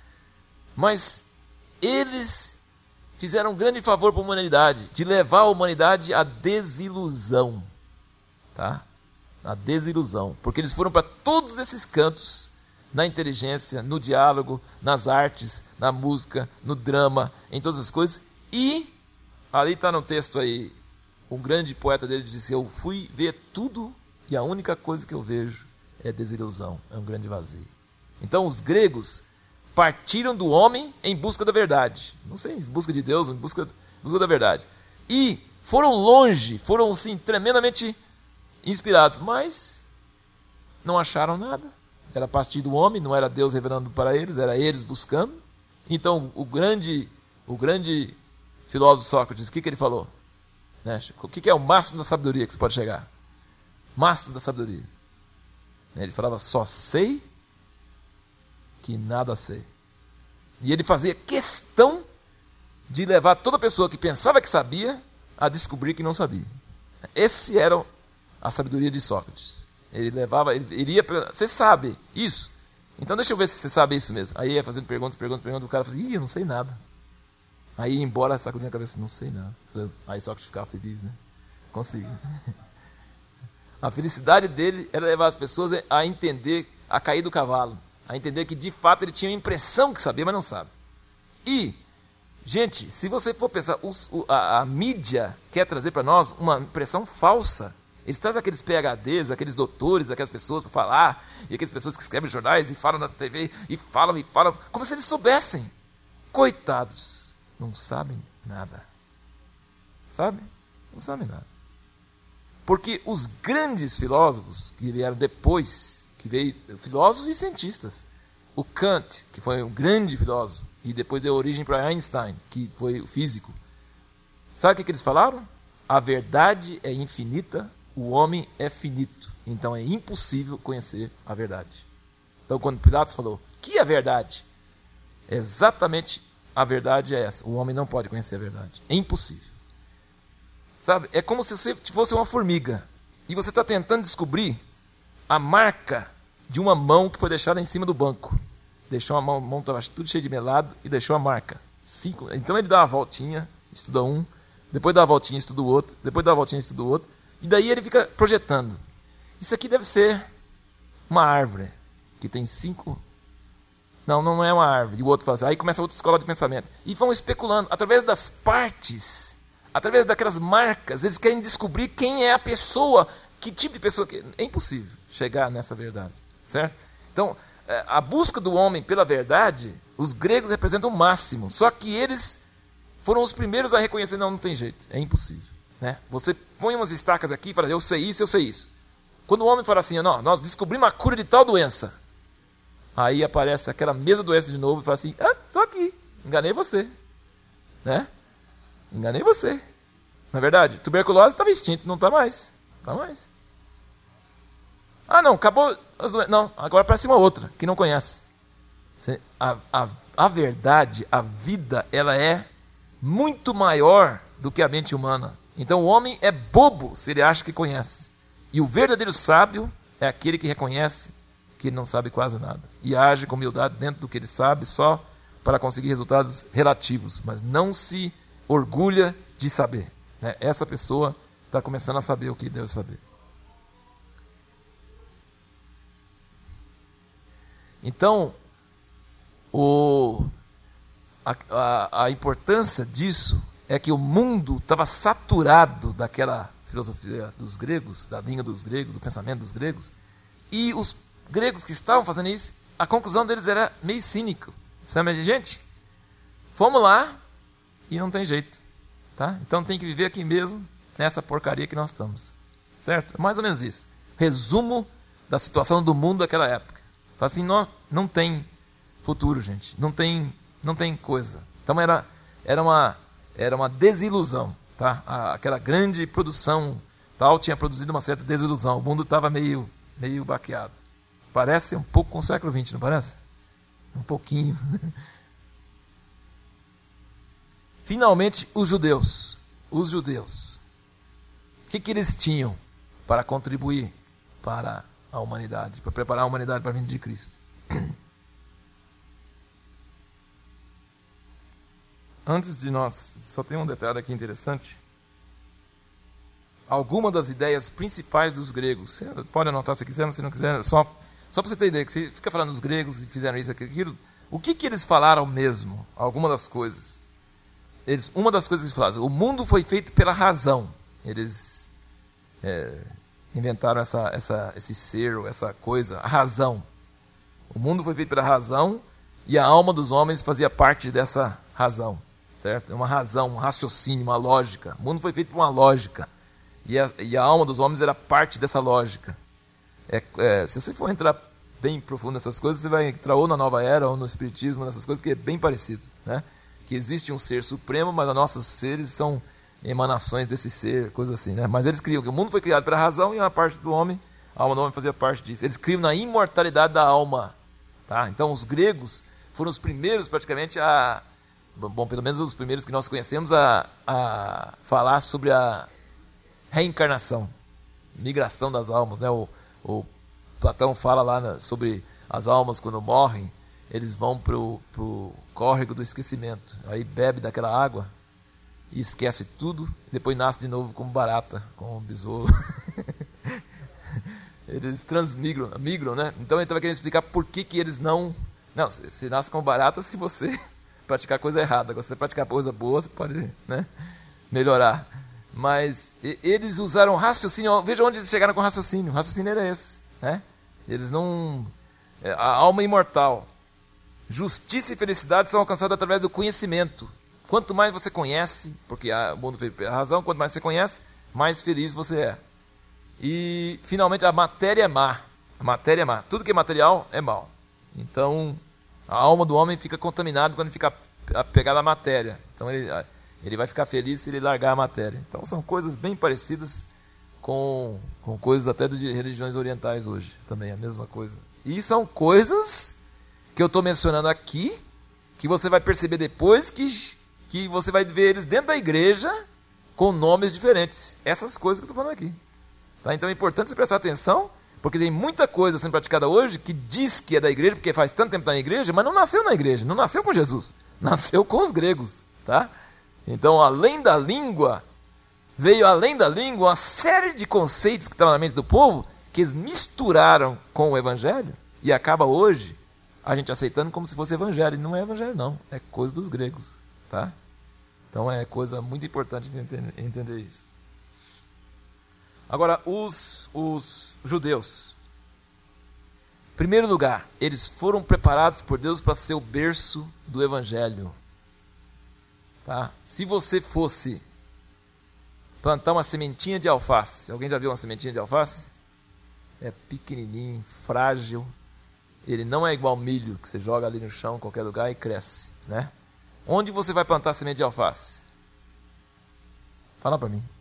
Mas eles fizeram um grande favor para a humanidade, de levar a humanidade à desilusão. Tá? A desilusão. Porque eles foram para todos esses cantos, na inteligência, no diálogo, nas artes, na música, no drama, em todas as coisas. E, ali está no texto aí, um grande poeta dele disse: eu fui ver tudo e a única coisa que eu vejo é desilusão, é um grande vazio. Então os gregos partiram do homem em busca da verdade. Não sei, em busca de Deus, em busca da verdade. E foram longe, foram assim, tremendamente inspirados, mas não acharam nada. Era a partir do homem, não era Deus revelando para eles, era eles buscando. Então o grande filósofo Sócrates, o que ele falou? Né? O que é o máximo da sabedoria que você pode chegar? Máximo da sabedoria. Ele falava: só sei que nada sei. E ele fazia questão de levar toda pessoa que pensava que sabia a descobrir que não sabia. Esse era a sabedoria de Sócrates. Ele ia perguntar: você sabe isso? Então deixa eu ver se você sabe isso mesmo. Aí ia fazendo perguntas, o cara fazia: eu não sei nada. Aí ia embora, sacudindo a cabeça: não sei nada. Aí Sócrates ficava feliz, né? Consegui. A felicidade dele era levar as pessoas a entender, a cair do cavalo, a entender que de fato ele tinha a impressão que sabia, mas não sabe. E, gente, se você for pensar, a mídia quer trazer para nós uma impressão falsa. Eles trazem aqueles PhDs, aqueles doutores, aquelas pessoas para falar, e aquelas pessoas que escrevem jornais e falam na TV, e falam, como se eles soubessem. Coitados, não sabem nada. Sabe? Não sabem nada. Porque os grandes filósofos que vieram depois, que veio filósofos e cientistas, o Kant, que foi um grande filósofo, e depois deu origem para Einstein, que foi o físico, sabe o que eles falaram? A verdade é infinita, o homem é finito, então é impossível conhecer a verdade. Então quando Pilatos falou: que é a verdade? Exatamente a verdade é essa: o homem não pode conhecer a verdade, é impossível. Sabe? É como se você fosse uma formiga e você está tentando descobrir a marca de uma mão que foi deixada em cima do banco. Deixou a mão estava tudo cheio de melado e deixou a marca. 5. Então ele dá uma voltinha, estuda um, depois dá uma voltinha, estuda o outro, depois dá uma voltinha, estuda o outro, e daí ele fica projetando. Isso aqui deve ser uma árvore que tem 5. Não é uma árvore. E o outro fala assim. Aí começa outra escola de pensamento. E vão especulando através das partes. Através daquelas marcas, eles querem descobrir quem é a pessoa, que tipo de pessoa que é impossível chegar nessa verdade, certo? Então, a busca do homem pela verdade, os gregos representam o máximo, só que eles foram os primeiros a reconhecer: não tem jeito, é impossível, né? Você põe umas estacas aqui e fala: eu sei isso. Quando o homem fala assim: não, nós descobrimos a cura de tal doença, aí aparece aquela mesma doença de novo e fala assim: estou aqui, enganei você, né? Enganei você. Na verdade, tuberculose estava extinto, não está mais. Está mais. Ah, não, acabou as doenças. Não, agora aparece uma outra, que não conhece. A verdade, a vida, ela é muito maior do que a mente humana. Então o homem é bobo se ele acha que conhece. E o verdadeiro sábio é aquele que reconhece que ele não sabe quase nada. E age com humildade dentro do que ele sabe, só para conseguir resultados relativos. Mas não se orgulha de saber. Essa pessoa está começando a saber o que deve saber. Então, a importância disso é que o mundo estava saturado daquela filosofia dos gregos, da língua dos gregos, do pensamento dos gregos, e os gregos que estavam fazendo isso, a conclusão deles era meio cínico. Sabe, gente? Fomos lá e não tem jeito. Tá? Então tem que viver aqui mesmo, nessa porcaria que nós estamos. Certo? É mais ou menos isso. Resumo da situação do mundo daquela época. Fala assim, não tem futuro, gente. Não tem coisa. Então era uma desilusão. Tá? Aquela grande produção tal tinha produzido uma certa desilusão. O mundo estava meio baqueado. Parece um pouco com o século XX, não parece? Um pouquinho. Finalmente, os judeus. O que eles tinham para contribuir para a humanidade, para preparar a humanidade para a vinda de Cristo? Antes de nós, só tem um detalhe aqui interessante. Algumas das ideias principais dos gregos, você pode anotar se quiser, se não quiser, só para você ter ideia, que você fica falando dos gregos e fizeram isso, aquilo, o que eles falaram mesmo? Algumas das coisas. Uma das coisas que eles falaram, o mundo foi feito pela razão. Eles inventaram esse ser, essa coisa, a razão. O mundo foi feito pela razão e a alma dos homens fazia parte dessa razão. Certo? É uma razão, um raciocínio, uma lógica. O mundo foi feito por uma lógica. E a alma dos homens era parte dessa lógica. Se você for entrar bem profundo nessas coisas, você vai entrar ou na Nova Era ou no Espiritismo, nessas coisas, porque é bem parecido. Né? Que existe um ser supremo, mas os nossos seres são emanações desse ser, coisa assim. Né? Mas eles criam que o mundo foi criado pela razão e uma parte do homem, a alma do homem fazia parte disso. Eles criam na imortalidade da alma. Tá? Então os gregos foram os primeiros praticamente pelo menos os primeiros que nós conhecemos a falar sobre a reencarnação, migração das almas. Né? O Platão fala lá sobre as almas quando morrem, eles vão para o córrego do esquecimento. Aí bebe daquela água e esquece tudo, e depois nasce de novo como barata, como besouro. Eles migram, né? Então ele estava querendo explicar por que eles não... Não, você nasce como barata se você praticar coisa errada. Agora, se você praticar coisa boa, você pode, né, melhorar. Mas eles usaram raciocínio. Veja onde eles chegaram com raciocínio. O raciocínio era esse. Né? Eles não... A alma imortal. Justiça e felicidade são alcançadas através do conhecimento. Quanto mais você conhece, porque o mundo veio pela razão, quanto mais você conhece, mais feliz você é. E, finalmente, a matéria é má. A matéria é má. Tudo que é material é mal. Então, a alma do homem fica contaminada quando fica apegada à matéria. Então, ele vai ficar feliz se ele largar a matéria. Então, são coisas bem parecidas com coisas até de religiões orientais hoje. Também a mesma coisa. E são coisas que eu estou mencionando aqui, que você vai perceber depois que você vai ver eles dentro da igreja com nomes diferentes. Essas coisas que eu estou falando aqui. Tá? Então é importante você prestar atenção, porque tem muita coisa sendo praticada hoje que diz que é da igreja, porque faz tanto tempo que está na igreja, mas não nasceu na igreja, não nasceu com Jesus, nasceu com os gregos. Tá? Então, veio além da língua uma série de conceitos que estavam na mente do povo, que eles misturaram com o evangelho, e acaba hoje a gente aceitando como se fosse evangelho. E não é evangelho, não. É coisa dos gregos. Tá? Então é coisa muito importante de entender isso. Agora, os judeus. Em primeiro lugar, eles foram preparados por Deus para ser o berço do evangelho. Tá? Se você fosse plantar uma sementinha de alface, alguém já viu uma sementinha de alface? É pequenininho, frágil. Ele não é igual milho, que você joga ali no chão, em qualquer lugar, e cresce. Né? Onde você vai plantar semente de alface? Fala para mim.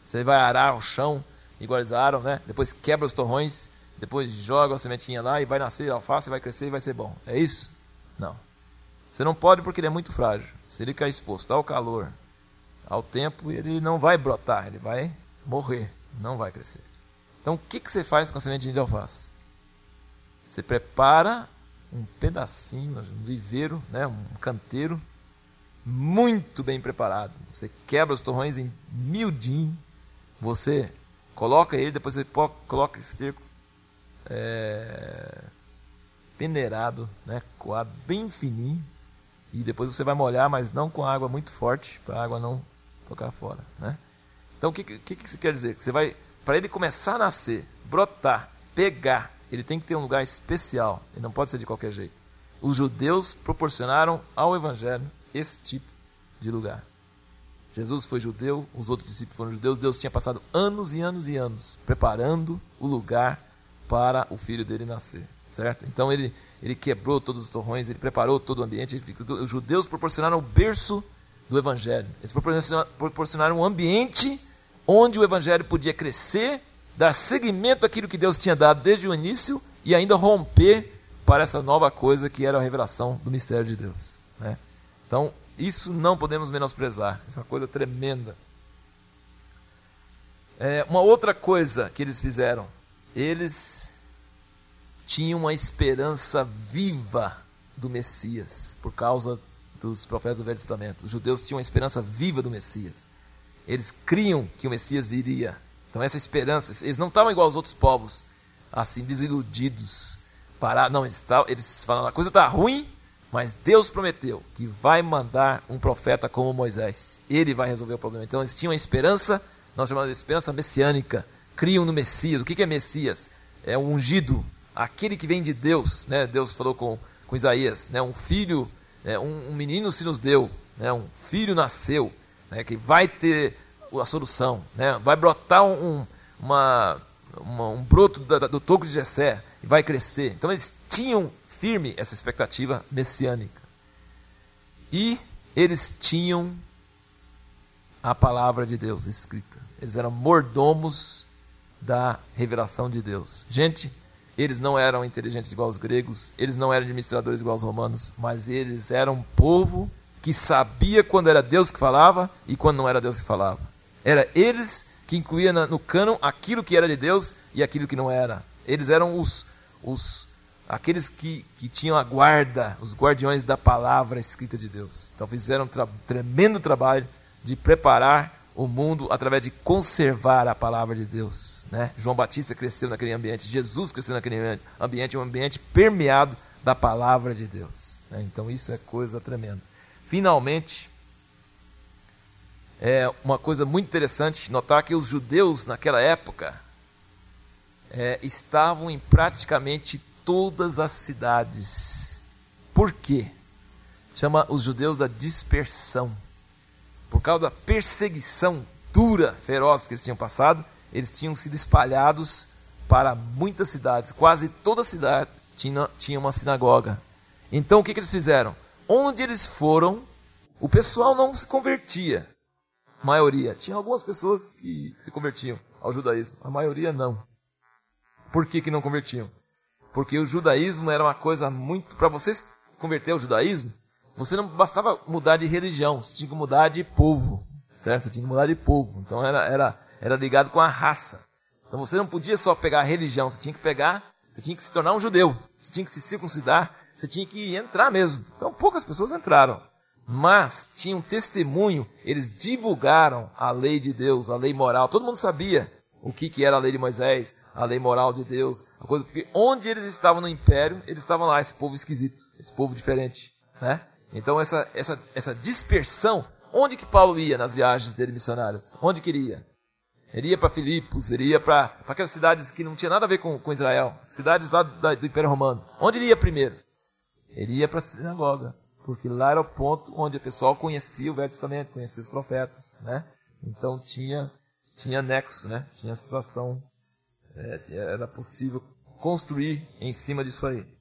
Você vai arar o chão, igual eles aram, né? Depois quebra os torrões, depois joga a sementinha lá e vai nascer alface, vai crescer e vai ser bom. É isso? Não. Você não pode porque ele é muito frágil. Se ele ficar exposto ao calor, ao tempo, ele não vai brotar, ele vai morrer, não vai crescer. Então o que você faz com a sementinha de alface? Você prepara um pedacinho, um viveiro, né, um canteiro, muito bem preparado. Você quebra os torrões em miudinho, você coloca ele, depois você coloca esterco peneirado, né, coado bem fininho, e depois você vai molhar, mas não com água muito forte, para a água não tocar fora, né? Então o que isso quer dizer? Que você vai, para ele começar a nascer, brotar, pegar, ele tem que ter um lugar especial, ele não pode ser de qualquer jeito. Os judeus proporcionaram ao Evangelho esse tipo de lugar. Jesus foi judeu, os outros discípulos foram judeus, Deus tinha passado anos e anos e anos preparando o lugar para o filho dele nascer, certo? Então ele quebrou todos os torrões, ele preparou todo o ambiente, os judeus proporcionaram o berço do Evangelho, eles proporcionaram um ambiente onde o Evangelho podia crescer, dar seguimento àquilo que Deus tinha dado desde o início e ainda romper para essa nova coisa que era a revelação do mistério de Deus, né? Então, isso não podemos menosprezar, isso é uma coisa tremenda. Uma outra coisa que eles fizeram, eles tinham uma esperança viva do Messias, por causa dos profetas do Velho Testamento. Os judeus tinham uma esperança viva do Messias. Eles criam que o Messias viria. Então essa esperança, eles não estavam igual aos outros povos, assim, desiludidos, parados. Não, eles falaram, a coisa está ruim, mas Deus prometeu que vai mandar um profeta como Moisés. Ele vai resolver o problema. Então eles tinham a esperança, nós chamamos de esperança messiânica. Criam no Messias. O que é Messias? É o ungido, aquele que vem de Deus, né? Deus falou com Isaías, né? Um filho, um menino se nos deu, né? Um filho nasceu, né? Que vai ter a solução, né? Vai brotar um broto do toco de Jessé e vai crescer. Então eles tinham firme essa expectativa messiânica. E eles tinham a palavra de Deus escrita. Eles eram mordomos da revelação de Deus. Gente, eles não eram inteligentes igual aos gregos, eles não eram administradores igual aos romanos, mas eles eram um povo que sabia quando era Deus que falava e quando não era Deus que falava. Era eles que incluíam no cânon aquilo que era de Deus e aquilo que não era. Eles eram aqueles que tinham a guarda, os guardiões da palavra escrita de Deus. Então fizeram um tremendo trabalho de preparar o mundo através de conservar a palavra de Deus, né? João Batista cresceu naquele ambiente, Jesus cresceu naquele ambiente, um ambiente permeado da palavra de Deus, né? Então isso é coisa tremenda. Finalmente, é uma coisa muito interessante notar que os judeus naquela época estavam em praticamente todas as cidades. Por quê? Chama os judeus da dispersão. Por causa da perseguição dura, feroz que eles tinham passado, eles tinham sido espalhados para muitas cidades. Quase toda cidade tinha uma sinagoga. Então o que eles fizeram? Onde eles foram, o pessoal não se convertia. A maioria. Tinha algumas pessoas que se convertiam ao judaísmo. A maioria não. Por que não convertiam? Porque o judaísmo era uma coisa muito... Para você se converter ao judaísmo, você não bastava mudar de religião, você tinha que mudar de povo, certo? Você tinha que mudar de povo. Então era ligado com a raça. Então você não podia só pegar a religião, você tinha que se tornar um judeu, você tinha que se circuncidar, você tinha que entrar mesmo. Então poucas pessoas entraram, mas tinha um testemunho, eles divulgaram a lei de Deus, a lei moral. Todo mundo sabia o que era a lei de Moisés, a lei moral de Deus, a coisa, porque onde eles estavam no império, eles estavam lá, esse povo esquisito, esse povo diferente, né? Então essa dispersão, onde que Paulo ia nas viagens dele missionárias? Onde que ele ia? Ele ia para Filipos, ele ia para aquelas cidades que não tinha nada a ver com Israel, cidades lá do Império Romano. Onde ele ia primeiro? Ele ia para a sinagoga, porque lá era o ponto onde o pessoal conhecia o Velho Testamento, conhecia os profetas, né? Então tinha nexo, né? Tinha situação, era possível construir em cima disso aí.